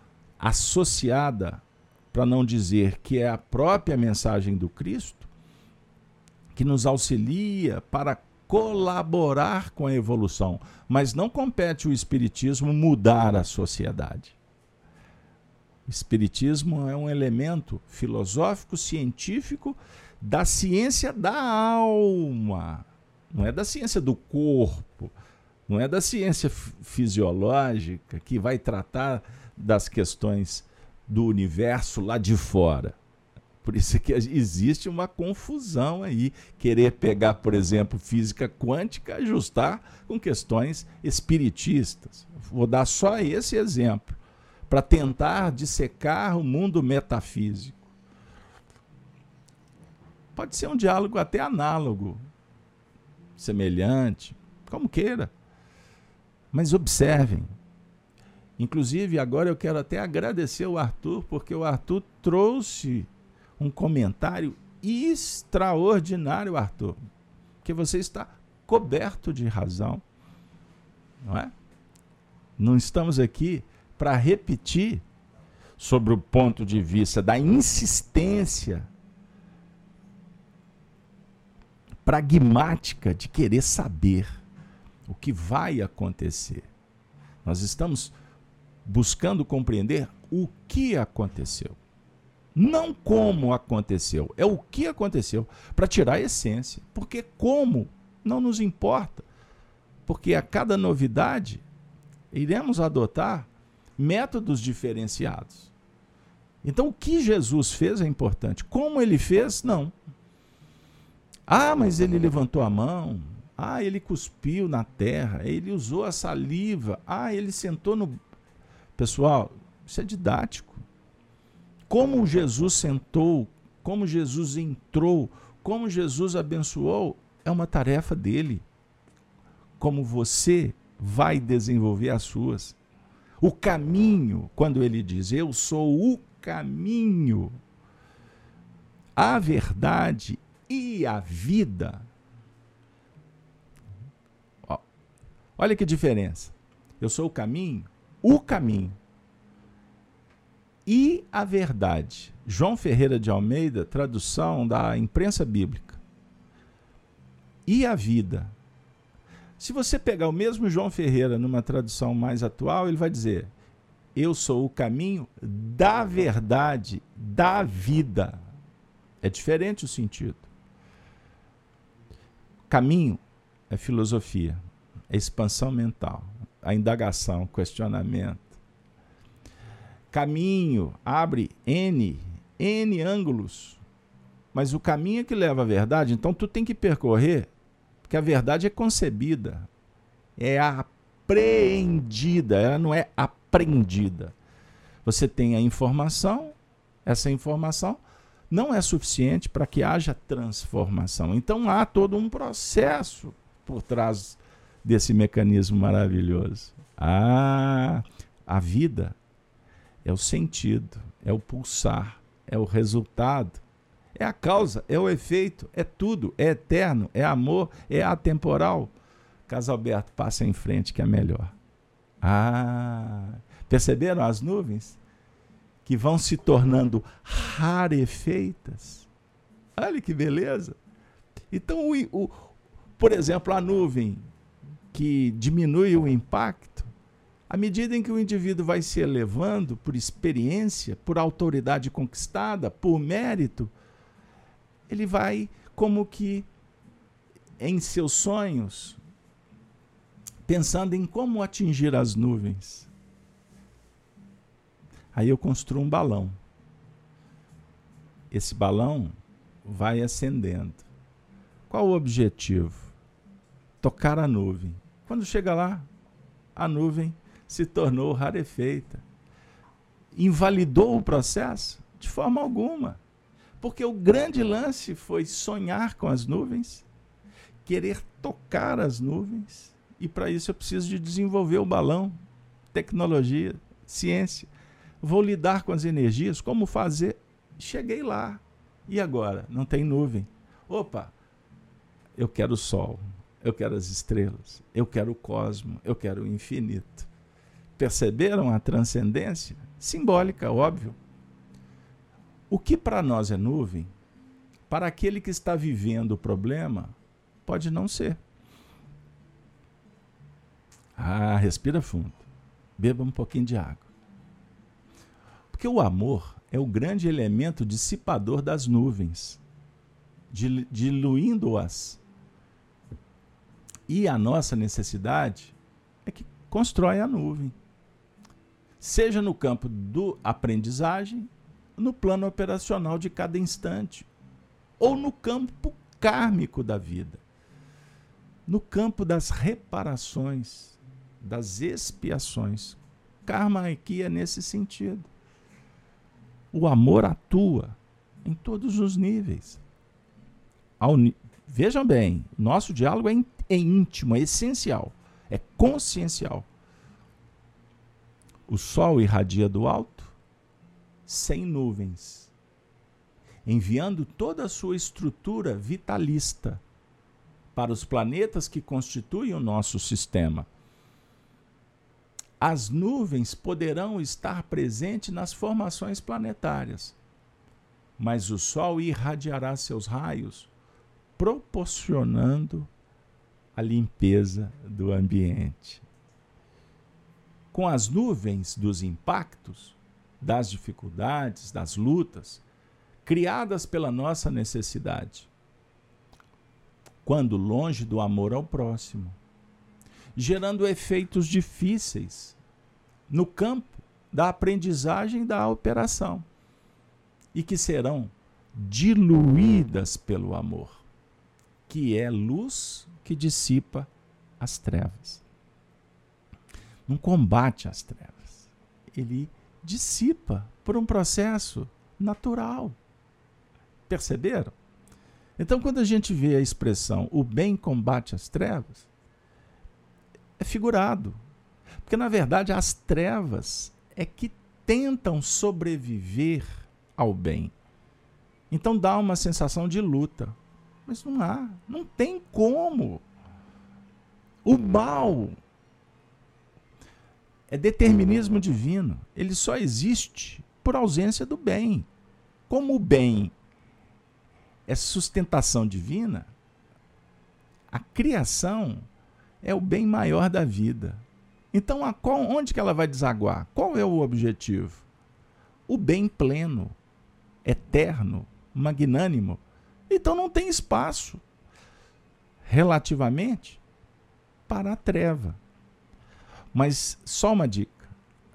associada, para não dizer que é a própria mensagem do Cristo, que nos auxilia para colaborar com a evolução. Mas não compete o Espiritismo mudar a sociedade. O Espiritismo é um elemento filosófico, científico, da ciência da alma. Não é da ciência do corpo, não é da ciência fisiológica que vai tratar das questões do universo lá de fora. Por isso que existe uma confusão aí, querer pegar, por exemplo, física quântica, ajustar com questões espiritistas. Vou dar só esse exemplo, para tentar dissecar o mundo metafísico. Pode ser um diálogo até análogo, semelhante, como queira. Mas observem. Inclusive, agora eu quero até agradecer o Arthur, porque o Arthur trouxe um comentário extraordinário, Arthur, que você está coberto de razão, não é? Não estamos aqui para repetir sobre o ponto de vista da insistência pragmática de querer saber o que vai acontecer. Nós estamos buscando compreender o que aconteceu. Não como aconteceu, é o que aconteceu, para tirar a essência. Porque como não nos importa. Porque a cada novidade iremos adotar métodos diferenciados. Então o que Jesus fez é importante. Como ele fez, não. Ah, mas ele levantou a mão. Ah, ele cuspiu na terra. Ele usou a saliva. Ah, ele sentou no... Pessoal, isso é didático. Como Jesus sentou, como Jesus entrou, como Jesus abençoou, é uma tarefa dele. Como você vai desenvolver as suas. O caminho, quando ele diz, eu sou o caminho, a verdade e a vida, Olha que diferença. Eu sou o caminho e a verdade. João Ferreira de Almeida, tradução da imprensa bíblica. E a vida. Se você pegar o mesmo João Ferreira numa tradução mais atual, ele vai dizer: eu sou o caminho da verdade, da vida. É diferente o sentido. Caminho é filosofia, é expansão mental, a indagação, questionamento. Caminho abre N ângulos, mas o caminho é que leva à verdade, então tu tem que percorrer, porque a verdade é concebida, é apreendida, ela não é aprendida. Você tem a informação, essa informação não é suficiente para que haja transformação. Então há todo um processo por trás desse mecanismo maravilhoso. A vida é o sentido, é o pulsar, é o resultado, é a causa, é o efeito, é tudo, é eterno, é amor, é atemporal. Casalberto, passa em frente que é melhor. Perceberam as nuvens? Que vão se tornando rarefeitas. Olha que beleza. Então, por exemplo, a nuvem que diminui o impacto, à medida em que o indivíduo vai se elevando por experiência, por autoridade conquistada, por mérito, ele vai como que em seus sonhos, pensando em como atingir as nuvens. Aí eu construo um balão. Esse balão vai ascendendo. Qual o objetivo? Tocar a nuvem. Quando chega lá, a nuvem se tornou rarefeita. Invalidou o processo? De forma alguma. Porque o grande lance foi sonhar com as nuvens, querer tocar as nuvens, e para isso eu preciso de desenvolver o balão, tecnologia, ciência. Vou lidar com as energias, como fazer? Cheguei lá. E agora? Não tem nuvem. Opa, eu quero o sol, eu quero as estrelas, eu quero o cosmo, eu quero o infinito. Perceberam a transcendência? Simbólica, óbvio. O que para nós é nuvem, para aquele que está vivendo o problema, pode não ser. Respira fundo. Beba um pouquinho de água. Porque o amor é o grande elemento dissipador das nuvens, diluindo-as. E a nossa necessidade é que constrói a nuvem. Seja no campo do aprendizagem, no plano operacional de cada instante, ou no campo kármico da vida, no campo das reparações, das expiações. Karma aqui é nesse sentido. O amor atua em todos os níveis. Vejam bem, nosso diálogo é íntimo, é essencial, é consciencial. O sol irradia do alto, sem nuvens, enviando toda a sua estrutura vitalista para os planetas que constituem o nosso sistema. As nuvens poderão estar presentes nas formações planetárias, mas o Sol irradiará seus raios, proporcionando a limpeza do ambiente. Com as nuvens dos impactos, das dificuldades, das lutas, criadas pela nossa necessidade, quando longe do amor ao próximo, gerando efeitos difíceis no campo da aprendizagem e da operação, e que serão diluídas pelo amor, que é luz que dissipa as trevas. Não combate as trevas, ele dissipa por um processo natural. Perceberam? Então, quando a gente vê a expressão o bem combate as trevas, é figurado. Porque, na verdade, as trevas é que tentam sobreviver ao bem. Então dá uma sensação de luta. Mas não tem como. O mal É determinismo divino. Ele só existe por ausência do bem. Como o bem é sustentação divina, a criação é o bem maior da vida. Então, onde que ela vai desaguar? Qual é o objetivo? O bem pleno, eterno, magnânimo. Então não tem espaço, relativamente, para a treva. Mas só uma dica.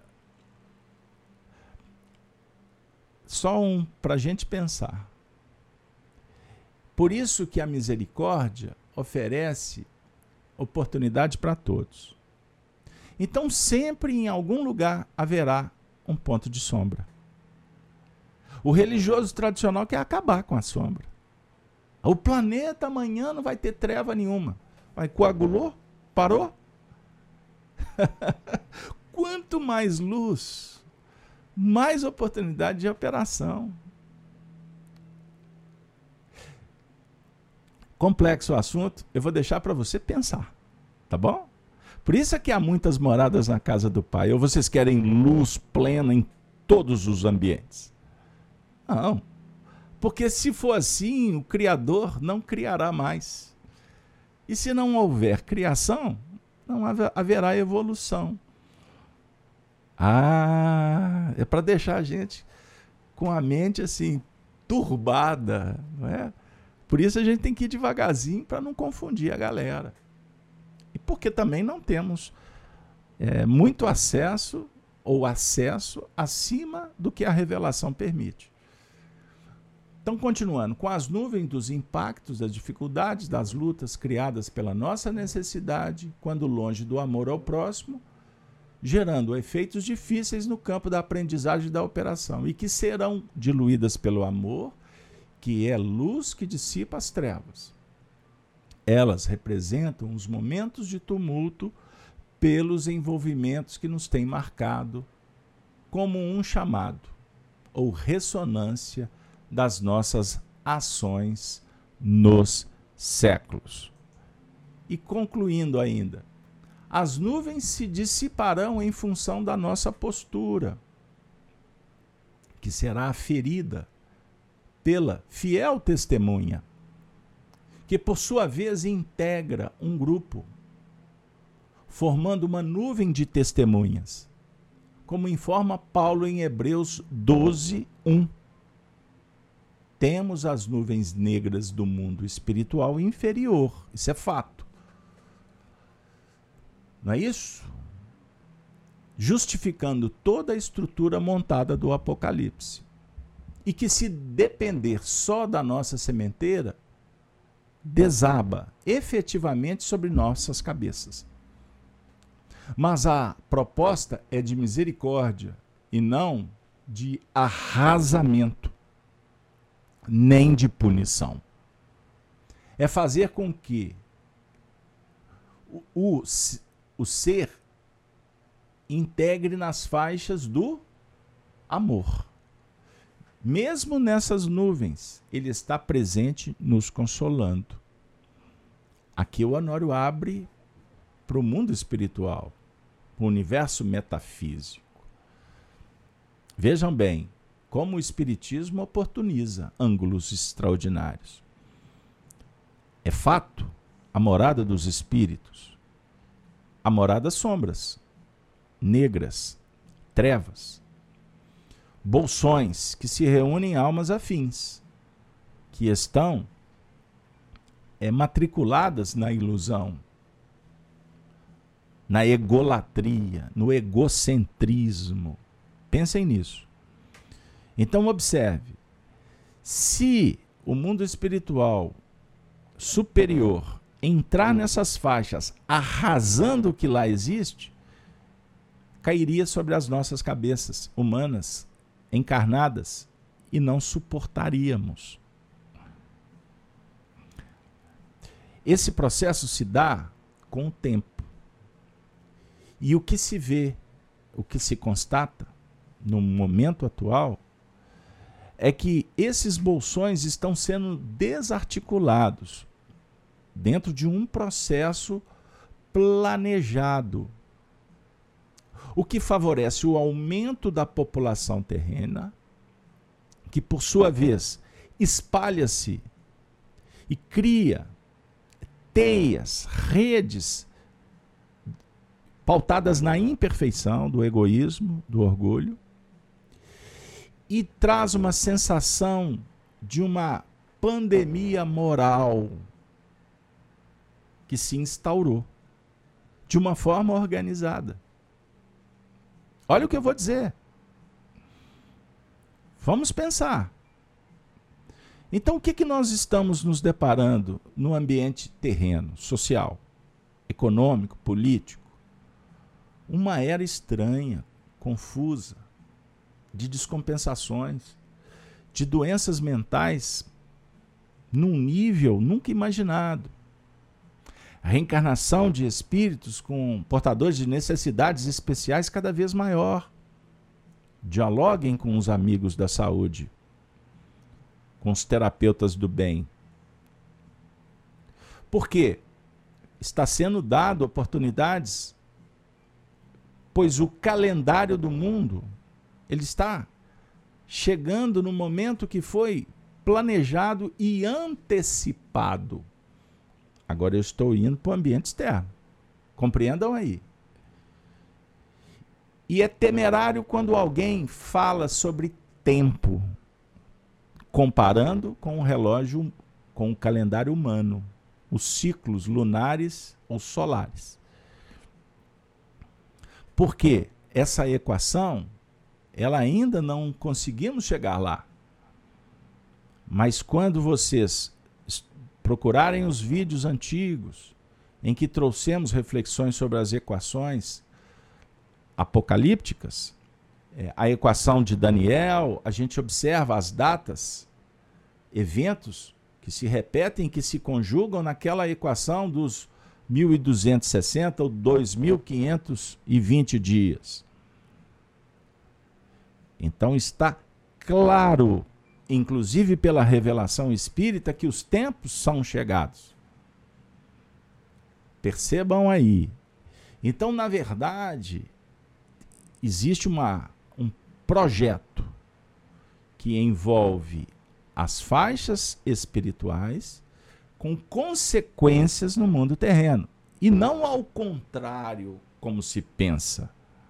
Só para a gente pensar. Por isso que a misericórdia oferece oportunidade para todos. Então sempre em algum lugar haverá um ponto de sombra. O religioso tradicional quer acabar com a sombra. O planeta amanhã não vai ter treva nenhuma. Mas coagulou? Parou? Quanto mais luz, mais oportunidade de operação. Complexo o assunto, eu vou deixar para você pensar, tá bom? Por isso é que há muitas moradas na casa do Pai. Ou vocês querem luz plena em todos os ambientes? Não. Porque se for assim, o Criador não criará mais. E se não houver criação, não haverá evolução. É para deixar a gente com a mente assim, turbada, não é? Por isso a gente tem que ir devagarzinho para não confundir a galera. E porque também não temos muito acesso ou acesso acima do que a revelação permite. Então, continuando, com as nuvens dos impactos, das dificuldades, das lutas criadas pela nossa necessidade, quando longe do amor ao próximo, gerando efeitos difíceis no campo da aprendizagem e da operação, e que serão diluídas pelo amor, que é luz que dissipa as trevas. Elas representam os momentos de tumulto pelos envolvimentos que nos têm marcado como um chamado ou ressonância das nossas ações nos séculos. E concluindo ainda, as nuvens se dissiparão em função da nossa postura, que será aferida pela fiel testemunha, que por sua vez integra um grupo, formando uma nuvem de testemunhas, como informa Paulo em Hebreus 12:1. Temos as nuvens negras do mundo espiritual inferior, isso é fato. Não é isso? Justificando toda a estrutura montada do Apocalipse. E que se depender só da nossa sementeira, desaba efetivamente sobre nossas cabeças. Mas a proposta é de misericórdia e não de arrasamento, nem de punição. É fazer com que o ser integre nas faixas do amor. Mesmo nessas nuvens, ele está presente nos consolando. Aqui o Honório abre para o mundo espiritual, para o universo metafísico. Vejam bem como o Espiritismo oportuniza ângulos extraordinários. É fato, a morada dos espíritos, a morada sombras, negras, trevas, bolsões que se reúnem almas afins, que estão matriculadas na ilusão, na egolatria, no egocentrismo. Pensem nisso. Então observe, se o mundo espiritual superior entrar nessas faixas arrasando o que lá existe, cairia sobre as nossas cabeças humanas, encarnadas, e não suportaríamos. Esse processo se dá com o tempo. E o que se vê, o que se constata no momento atual, é que esses bolsões estão sendo desarticulados dentro de um processo planejado. o que favorece o aumento da população terrena, que por sua vez espalha-se e cria teias, redes pautadas na imperfeição, do egoísmo, do orgulho, e traz uma sensação de uma pandemia moral que se instaurou de uma forma organizada. Olha o que eu vou dizer. Vamos pensar. Então, o que nós estamos nos deparando no ambiente terreno, social, econômico, político? Uma era estranha, confusa, de descompensações, de doenças mentais num nível nunca imaginado. A reencarnação de espíritos com portadores de necessidades especiais cada vez maior. Dialoguem com os amigos da saúde, com os terapeutas do bem. Por quê? Está sendo dado oportunidades, pois o calendário do mundo, ele está chegando no momento que foi planejado e antecipado. Agora eu estou indo para o ambiente externo. Compreendam aí. E é temerário quando alguém fala sobre tempo, comparando com o relógio, com o calendário humano, os ciclos lunares ou solares. Porque essa equação, ela ainda não conseguimos chegar lá. Mas quando vocês procurarem os vídeos antigos, em que trouxemos reflexões sobre as equações apocalípticas, a equação de Daniel, a gente observa as datas, eventos que se repetem, que se conjugam naquela equação dos 1.260 ou 2.520 dias. Então está claro, inclusive pela revelação espírita, que os tempos são chegados. Percebam aí. Então, na verdade, existe um projeto que envolve as faixas espirituais com consequências no mundo terreno. E não ao contrário, como se pensa.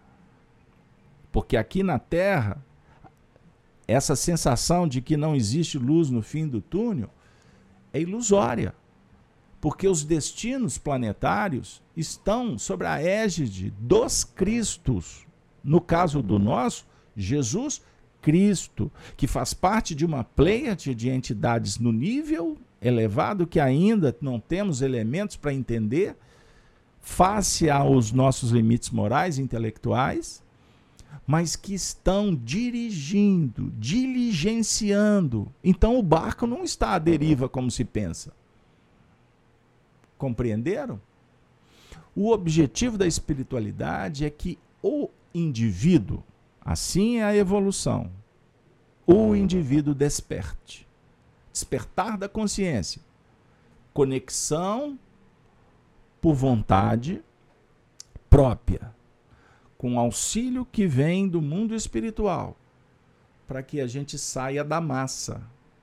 Porque aqui na Terra, essa sensação de que não existe luz no fim do túnel é ilusória. Porque os destinos planetários estão sobre a égide dos Cristos. No caso do nosso, Jesus Cristo, que faz parte de uma pleiade de entidades no nível elevado que ainda não temos elementos para entender, face aos nossos limites morais e intelectuais, mas que estão dirigindo, diligenciando. Então o barco não está à deriva como se pensa. Compreenderam? O objetivo da espiritualidade é que o indivíduo, assim é a evolução, o indivíduo desperte. Despertar da consciência. Conexão por vontade própria, com auxílio que vem do mundo espiritual, para que a gente saia da massa.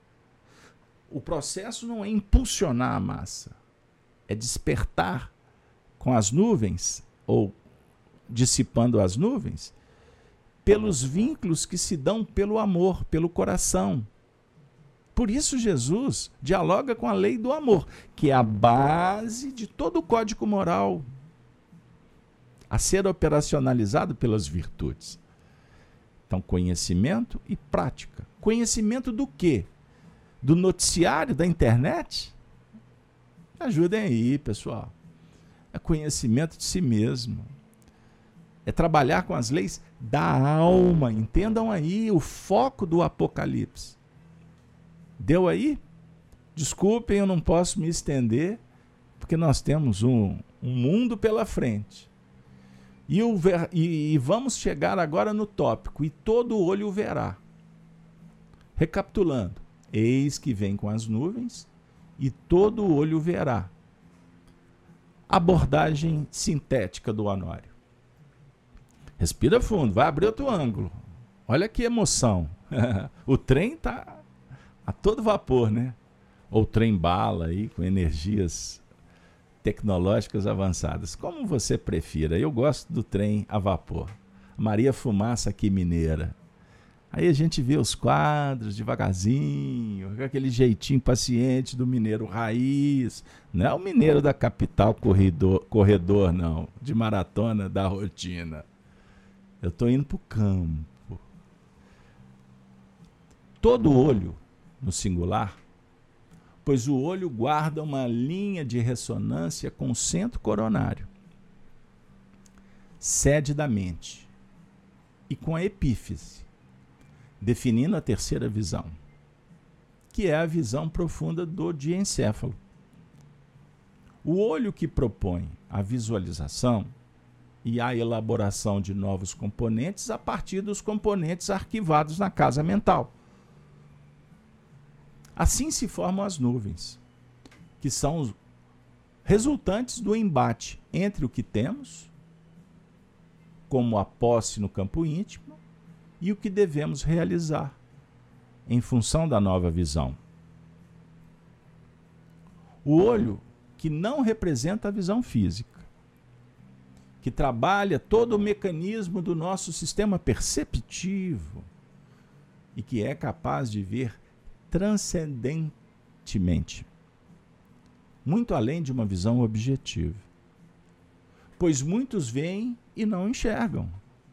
O processo não é impulsionar a massa, é despertar com as nuvens, ou dissipando as nuvens, pelos vínculos que se dão pelo amor, pelo coração. Por isso Jesus dialoga com a lei do amor, que é a base de todo o código moral a ser operacionalizado pelas virtudes. Então, conhecimento e prática. Conhecimento do quê? Do noticiário, da internet? Ajudem aí, pessoal. É conhecimento de si mesmo. É trabalhar com as leis da alma. Entendam aí o foco do Apocalipse. Deu aí? Desculpem, eu não posso me estender, porque nós temos um mundo pela frente. E vamos chegar agora no tópico, e todo olho o verá. Recapitulando, eis que vem com as nuvens, e todo olho o verá. Abordagem sintética do Honório. Respira fundo, vai abrir outro ângulo. Olha que emoção. O trem está a todo vapor, né? Ou trem-bala aí, com energias tecnológicas avançadas. Como você prefira. Eu gosto do trem a vapor. Maria Fumaça aqui mineira. Aí a gente vê os quadros devagarzinho, com aquele jeitinho paciente do mineiro raiz. Não é o mineiro da capital corredor não, de maratona da rotina. Eu estou indo para o campo. Todo olho, no singular, pois o olho guarda uma linha de ressonância com o centro coronário, sede da mente, e com a epífise, definindo a terceira visão, que é a visão profunda do diencéfalo. O olho que propõe a visualização e a elaboração de novos componentes a partir dos componentes arquivados na casa mental. Assim se formam as nuvens, que são os resultantes do embate entre o que temos, como a posse no campo íntimo, e o que devemos realizar, em função da nova visão. O olho que não representa a visão física, que trabalha todo o mecanismo do nosso sistema perceptivo e que é capaz de ver transcendentemente, muito além de uma visão objetiva. Pois muitos veem e não enxergam.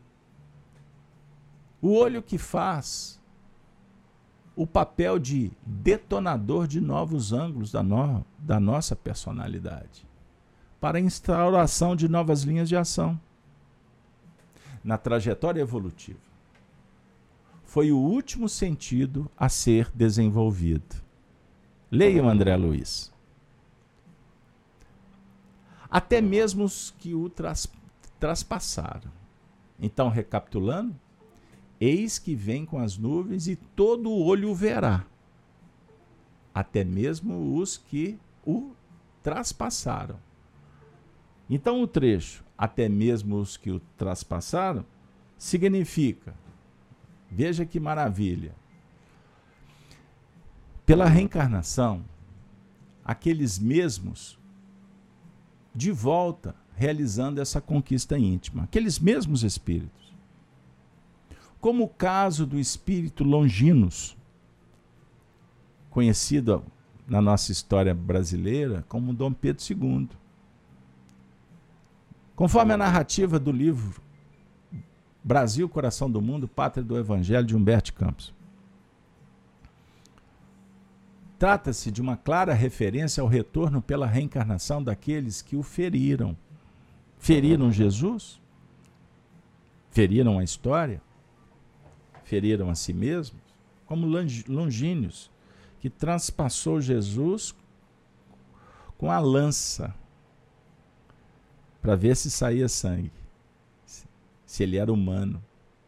O olho que faz o papel de detonador de novos ângulos da nossa personalidade, para a instauração de novas linhas de ação. Na trajetória evolutiva, foi o último sentido a ser desenvolvido. Leiam André Luiz. Até mesmo os que o traspassaram. Então, recapitulando, eis que vem com as nuvens e todo olho o verá. Até mesmo os que o traspassaram. Então o trecho, até mesmo os que o traspassaram, significa, veja que maravilha, pela reencarnação, aqueles mesmos de volta realizando essa conquista íntima, aqueles mesmos espíritos. Como o caso do espírito Longinos, conhecido na nossa história brasileira como Dom Pedro II. Conforme a narrativa do livro Brasil, Coração do Mundo, Pátria do Evangelho, de Humberto Campos. Trata-se de uma clara referência ao retorno pela reencarnação daqueles que o feriram. Feriram Jesus? Feriram a história? Feriram a si mesmos? Como Longínios, que transpassou Jesus com a lança, para ver se saía sangue, se ele era humano.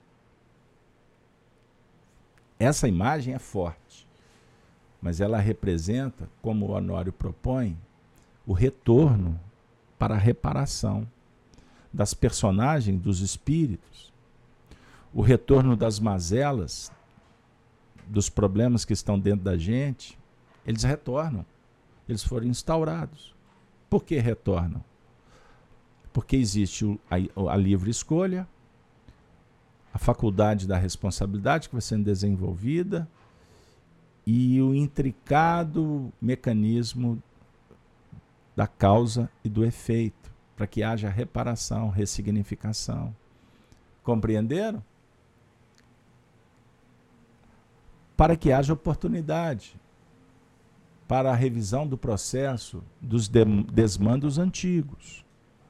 Essa imagem é forte, mas ela representa, como o Honório propõe, o retorno para a reparação das personagens, dos espíritos, o retorno das mazelas, dos problemas que estão dentro da gente. Eles retornam, eles foram instaurados. Por que retornam? Porque existe a livre escolha, a faculdade da responsabilidade que vai sendo desenvolvida e o intricado mecanismo da causa e do efeito, para que haja reparação, ressignificação. Compreenderam? Para que haja oportunidade para a revisão do processo dos desmandos antigos.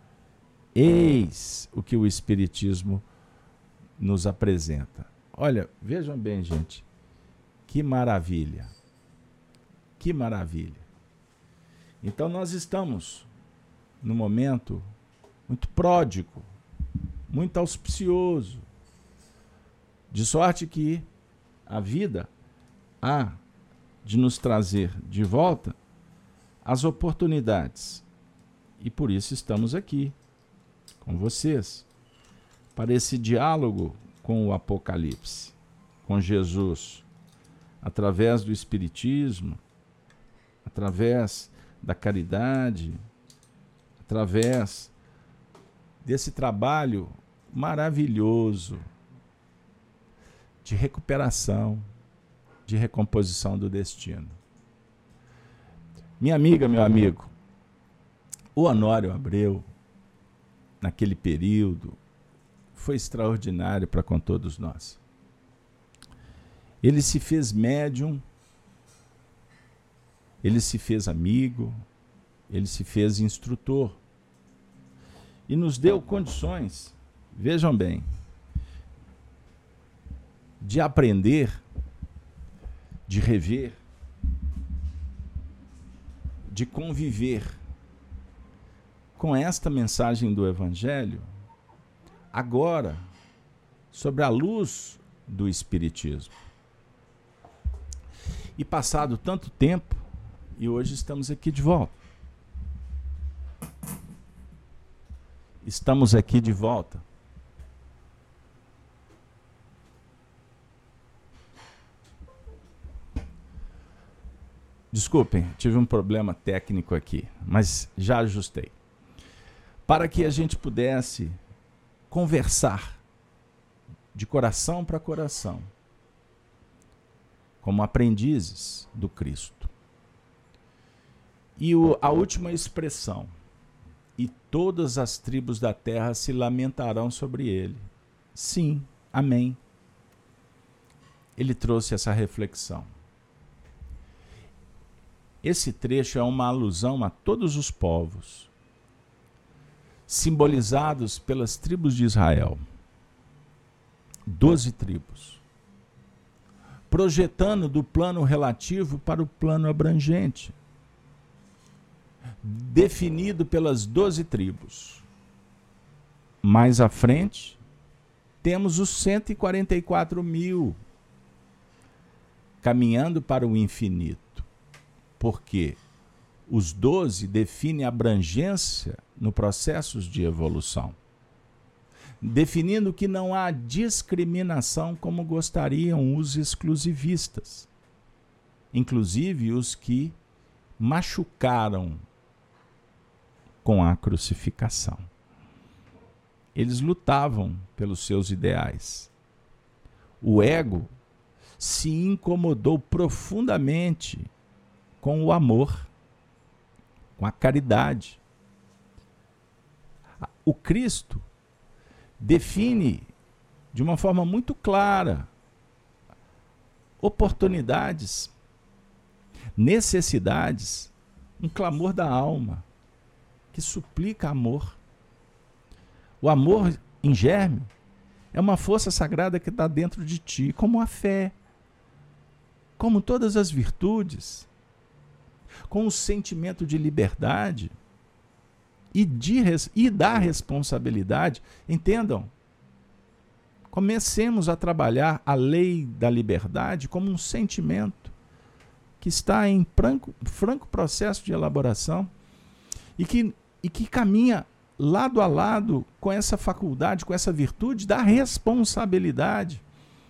Eis o que o Espiritismo nos apresenta. Olha, vejam bem, gente, que maravilha, que maravilha. Então nós estamos num momento muito pródigo, muito auspicioso, de sorte que a vida há de nos trazer de volta as oportunidades. E por isso estamos aqui, com vocês, para esse diálogo com o Apocalipse, com Jesus, através do Espiritismo, através da caridade, através desse trabalho maravilhoso de recuperação, de recomposição do destino. Minha amiga, meu amigo, o Honório Abreu, naquele período, foi extraordinário para com todos nós. Ele se fez médium, ele se fez amigo, ele se fez instrutor. E nos deu condições, vejam bem, de aprender, de rever, de conviver com esta mensagem do Evangelho, agora, sobre a luz do Espiritismo. E passado tanto tempo, e hoje estamos aqui de volta. Estamos aqui de volta. Desculpem, tive um problema técnico aqui, mas já ajustei. Para que a gente pudesse conversar de coração para coração, como aprendizes do Cristo. E a última expressão, e todas as tribos da terra se lamentarão sobre ele. Sim, amém. Ele trouxe essa reflexão. Esse trecho é uma alusão a todos os povos, simbolizados pelas tribos de Israel. 12 tribos. Projetando do plano relativo para o plano abrangente, definido pelas 12 tribos. Mais à frente, temos os 144 mil, caminhando para o infinito. Porque os 12 definem abrangência no processo de evolução, definindo que não há discriminação como gostariam os exclusivistas, inclusive os que machucaram com a crucificação. Eles lutavam pelos seus ideais. O ego se incomodou profundamente com o amor, com a caridade. O Cristo define de uma forma muito clara oportunidades, necessidades, um clamor da alma que suplica amor. O amor em germe é uma força sagrada que está dentro de ti, como a fé, como todas as virtudes, com o sentimento de liberdade e da responsabilidade. Entendam, comecemos a trabalhar a lei da liberdade como um sentimento que está em franco processo de elaboração e que caminha lado a lado com essa faculdade, com essa virtude da responsabilidade.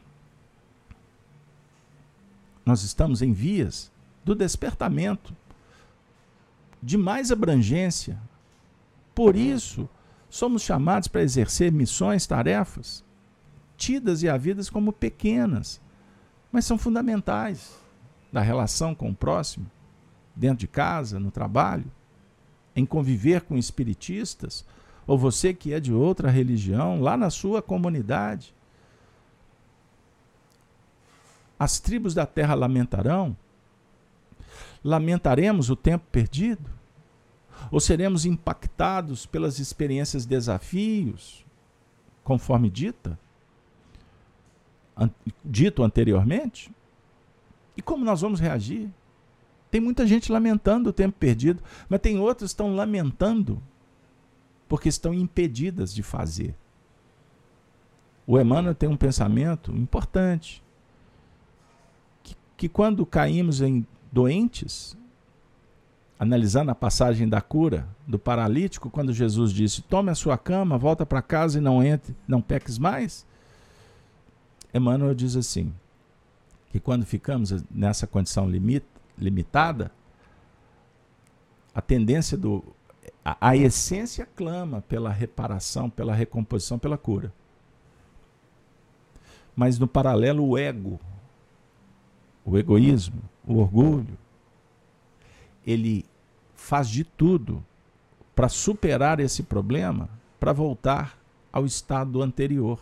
Nós estamos em vias do despertamento de mais abrangência. Por isso, somos chamados para exercer missões, tarefas, tidas e havidas como pequenas, mas são fundamentais, da relação com o próximo, dentro de casa, no trabalho, em conviver com espiritistas, ou você que é de outra religião, lá na sua comunidade. As tribos da terra lamentarão? Lamentaremos o tempo perdido? Ou seremos impactados pelas experiências, desafios, conforme dito anteriormente? E como nós vamos reagir? Tem muita gente lamentando o tempo perdido, mas tem outras que estão lamentando porque estão impedidas de fazer. O Emmanuel tem um pensamento importante, que quando caímos em doentes, analisando a passagem da cura do paralítico, quando Jesus disse: tome a sua cama, volta para casa e não entre, não peques mais. Emmanuel diz assim, que quando ficamos nessa condição limitada, a tendência a essência clama pela reparação, pela recomposição, pela cura. Mas no paralelo o ego, o egoísmo, o orgulho, ele faz de tudo para superar esse problema, para voltar ao estado anterior.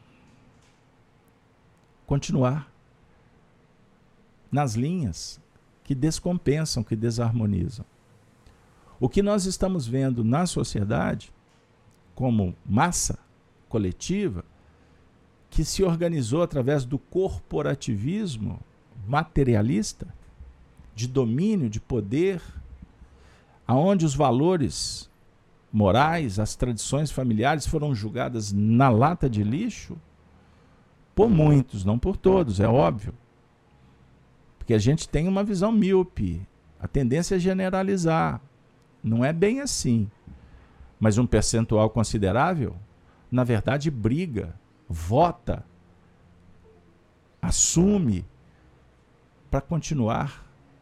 Continuar nas linhas que descompensam, que desarmonizam. O que nós estamos vendo na sociedade, como massa coletiva, que se organizou através do corporativismo materialista, de domínio, de poder, aonde os valores morais, as tradições familiares foram julgadas na lata de lixo, por muitos, não por todos, é óbvio. Porque a gente tem uma visão míope, a tendência é generalizar. Não é bem assim. Mas um percentual considerável, na verdade, briga, vota, assume para continuar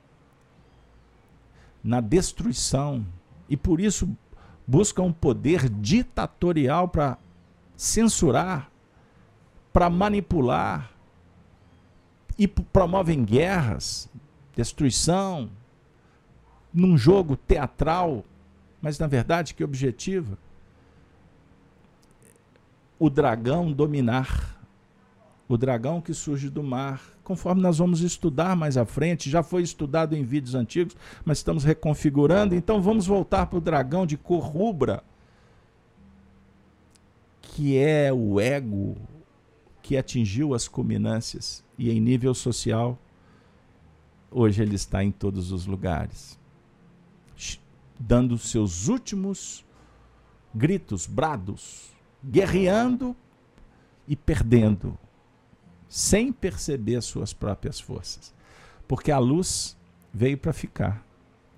na destruição. E por isso busca um poder ditatorial para censurar, para manipular, e promovem guerras, destruição, num jogo teatral, mas na verdade que objetivo? O dragão dominar, o dragão que surge do mar, conforme nós vamos estudar mais à frente, já foi estudado em vídeos antigos, mas estamos reconfigurando, então vamos voltar para o dragão de cor rubra, que é o ego que atingiu as culminâncias e em nível social, hoje ele está em todos os lugares, dando seus últimos gritos, brados, guerreando e perdendo, sem perceber suas próprias forças. Porque a luz veio para ficar.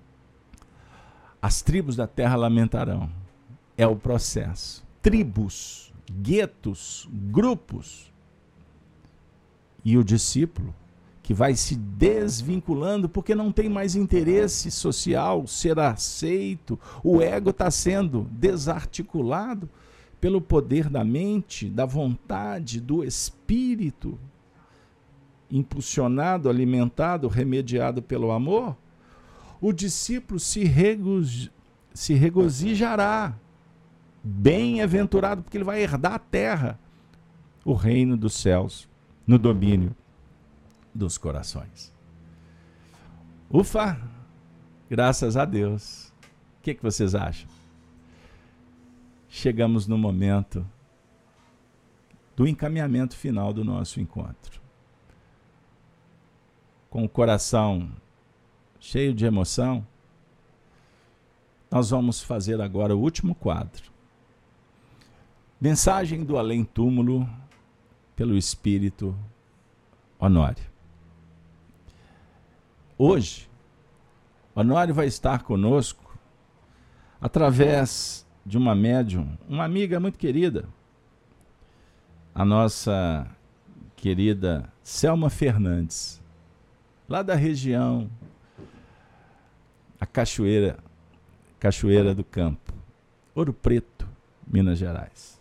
As tribos da terra lamentarão. É o processo. Tribos, guetos, grupos. E o discípulo, que vai se desvinculando porque não tem mais interesse social, ser aceito, o ego está sendo desarticulado pelo poder da mente, da vontade, do espírito, impulsionado, alimentado, remediado pelo amor, o discípulo se regozijará, bem-aventurado, porque ele vai herdar a terra, o reino dos céus, no domínio dos corações. Ufa! Graças a Deus. O que vocês acham? Chegamos no momento do encaminhamento final do nosso encontro. Com o coração cheio de emoção, nós vamos fazer agora o último quadro. Mensagem do além-túmulo pelo Espírito Honório. Hoje, Honório vai estar conosco através de uma médium, uma amiga muito querida, a nossa querida Selma Fernandes, lá da região, a Cachoeira do Campo, Ouro Preto, Minas Gerais.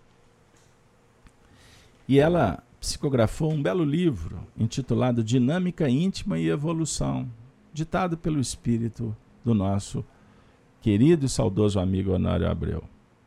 E ela psicografou um belo livro intitulado Dinâmica Íntima e Evolução, ditado pelo espírito do nosso querido e saudoso amigo Honório Abreu.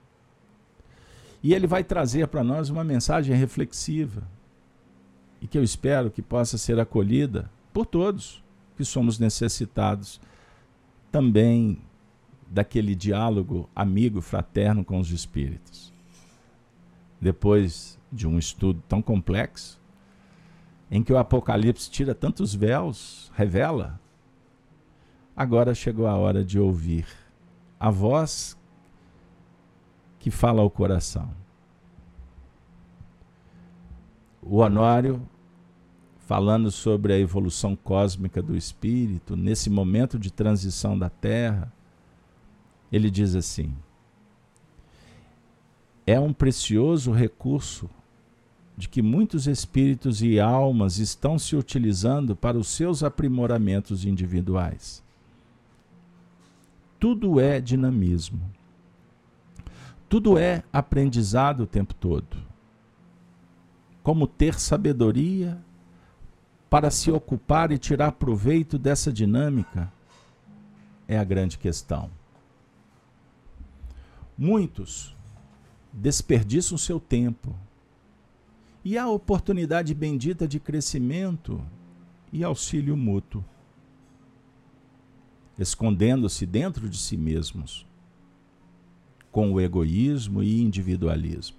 E ele vai trazer para nós uma mensagem reflexiva e que eu espero que possa ser acolhida por todos que somos necessitados também daquele diálogo amigo, fraterno com os espíritos. Depois de um estudo tão complexo, em que o Apocalipse tira tantos véus, revela, agora chegou a hora de ouvir a voz que fala ao coração. O Honório, falando sobre a evolução cósmica do espírito, nesse momento de transição da Terra, Ele diz assim: é um precioso recurso de que muitos espíritos e almas estão se utilizando para os seus aprimoramentos individuais. Tudo é dinamismo. Tudo é aprendizado o tempo todo. Como ter sabedoria para se ocupar e tirar proveito dessa dinâmica é a grande questão. Muitos desperdiçam seu tempo e a oportunidade bendita de crescimento e auxílio mútuo, escondendo-se dentro de si mesmos, com o egoísmo e individualismo.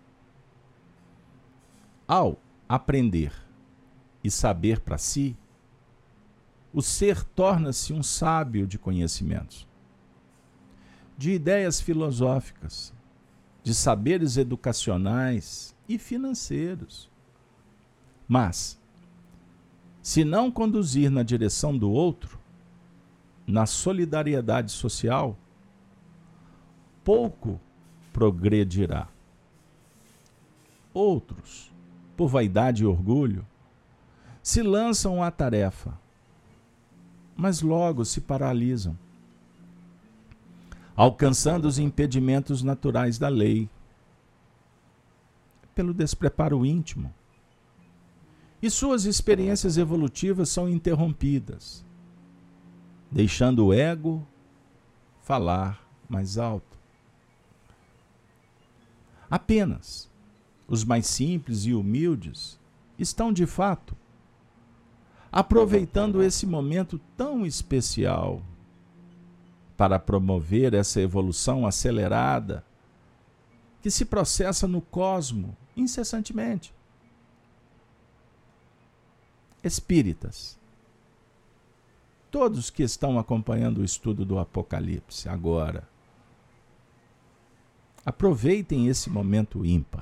Ao aprender e saber para si, o ser torna-se um sábio de conhecimentos, de ideias filosóficas, de saberes educacionais e financeiros. Mas, se não conduzir na direção do outro, na solidariedade social, pouco progredirá. Outros, por vaidade e orgulho, se lançam à tarefa, mas logo se paralisam, alcançando os impedimentos naturais da lei, pelo despreparo íntimo. E suas experiências evolutivas são interrompidas, deixando o ego falar mais alto. Apenas os mais simples e humildes estão, de fato, aproveitando esse momento tão especial para promover essa evolução acelerada que se processa no cosmo incessantemente. Espíritas, todos que estão acompanhando o estudo do Apocalipse agora, aproveitem esse momento ímpar.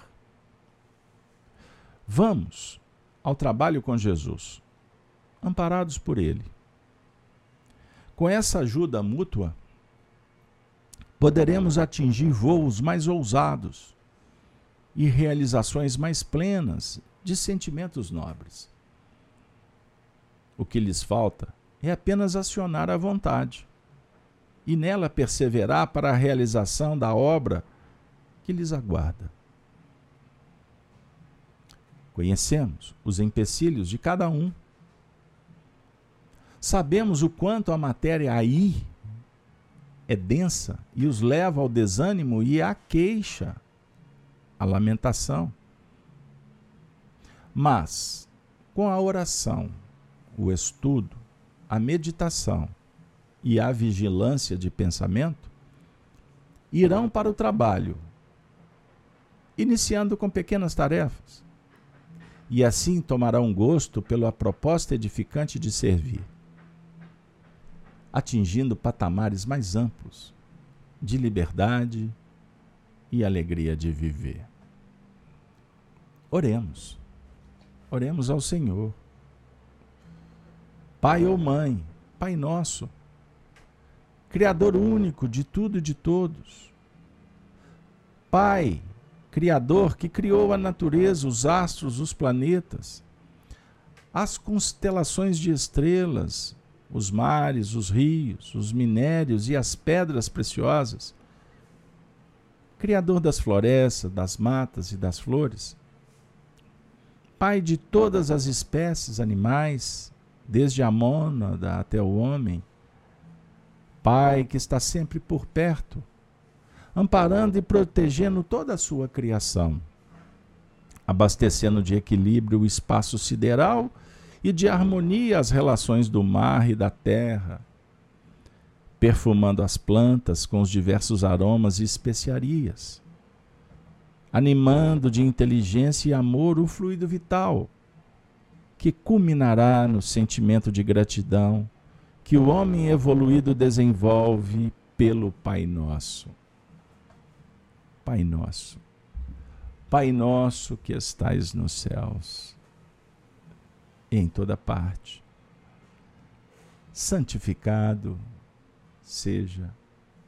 Vamos ao trabalho com Jesus, amparados por Ele. Com essa ajuda mútua, poderemos atingir voos mais ousados e realizações mais plenas de sentimentos nobres. O que lhes falta é apenas acionar a vontade e nela perseverar para a realização da obra que lhes aguarda. Conhecemos os empecilhos de cada um. Sabemos o quanto a matéria aí é densa e os leva ao desânimo e à queixa, à lamentação. Mas, com a oração, o estudo, a meditação e a vigilância de pensamento, irão para o trabalho, iniciando com pequenas tarefas, e assim tomarão gosto pela proposta edificante de servir, atingindo patamares mais amplos de liberdade e alegria de viver. Oremos. Oremos ao Senhor. Pai ou Mãe, Pai nosso, Criador único de tudo e de todos. Pai, Criador que criou a natureza, os astros, os planetas, as constelações de estrelas, os mares, os rios, os minérios e as pedras preciosas. Criador das florestas, das matas e das flores. Pai de todas as espécies animais, desde a mônada até o homem. Pai que está sempre por perto, amparando e protegendo toda a sua criação, abastecendo de equilíbrio o espaço sideral e de harmonia as relações do mar e da terra, perfumando as plantas com os diversos aromas e especiarias, animando de inteligência e amor o fluido vital, que culminará no sentimento de gratidão que o homem evoluído desenvolve pelo Pai Nosso. Pai Nosso, Pai Nosso que estais nos céus, em toda parte, santificado seja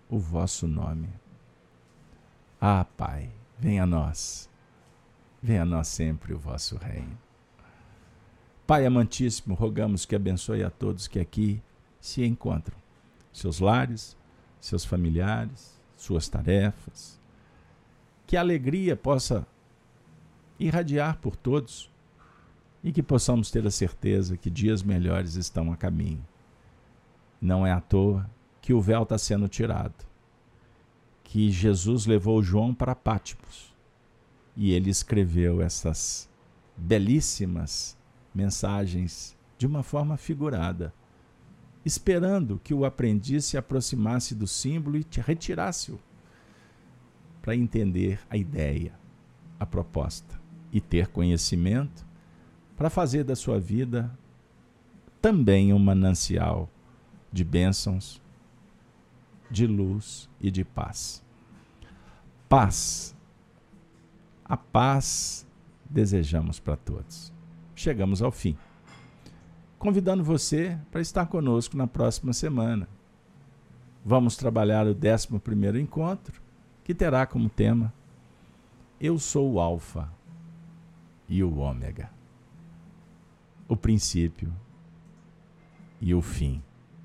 o vosso nome. Ah, Pai, venha a nós sempre o vosso reino. Pai amantíssimo, rogamos que abençoe a todos que aqui se encontram, seus lares, seus familiares, suas tarefas, que a alegria possa irradiar por todos e que possamos ter a certeza que dias melhores estão a caminho. Não é à toa que o véu está sendo tirado, que Jesus levou João para Patmos e ele escreveu essas belíssimas mensagens de uma forma figurada, esperando que o aprendiz se aproximasse do símbolo e retirasse-o, para entender a ideia, a proposta, e ter conhecimento para fazer da sua vida também um manancial de bênçãos, de luz e de paz. Paz. A paz desejamos para todos. Chegamos ao fim, convidando você para estar conosco na próxima semana. Vamos trabalhar o 11º encontro, que terá como tema Eu sou o Alfa e o Ômega, o princípio e o fim.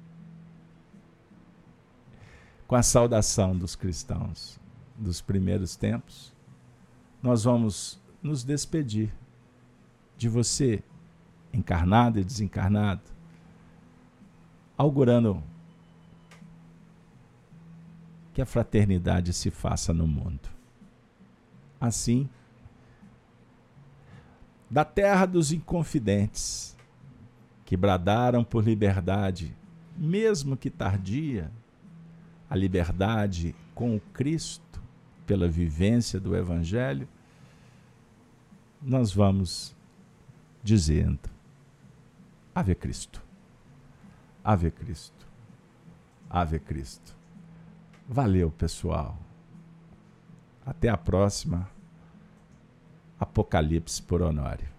Com a saudação dos cristãos dos primeiros tempos, nós vamos nos despedir de você, encarnado e desencarnado, augurando que a fraternidade se faça no mundo. Assim, da terra dos inconfidentes, que bradaram por liberdade, mesmo que tardia, a liberdade com o Cristo, pela vivência do Evangelho, nós vamos dizendo: Ave Cristo, Ave Cristo, Ave Cristo. Valeu, pessoal. Até a próxima. Apocalipse por Honório.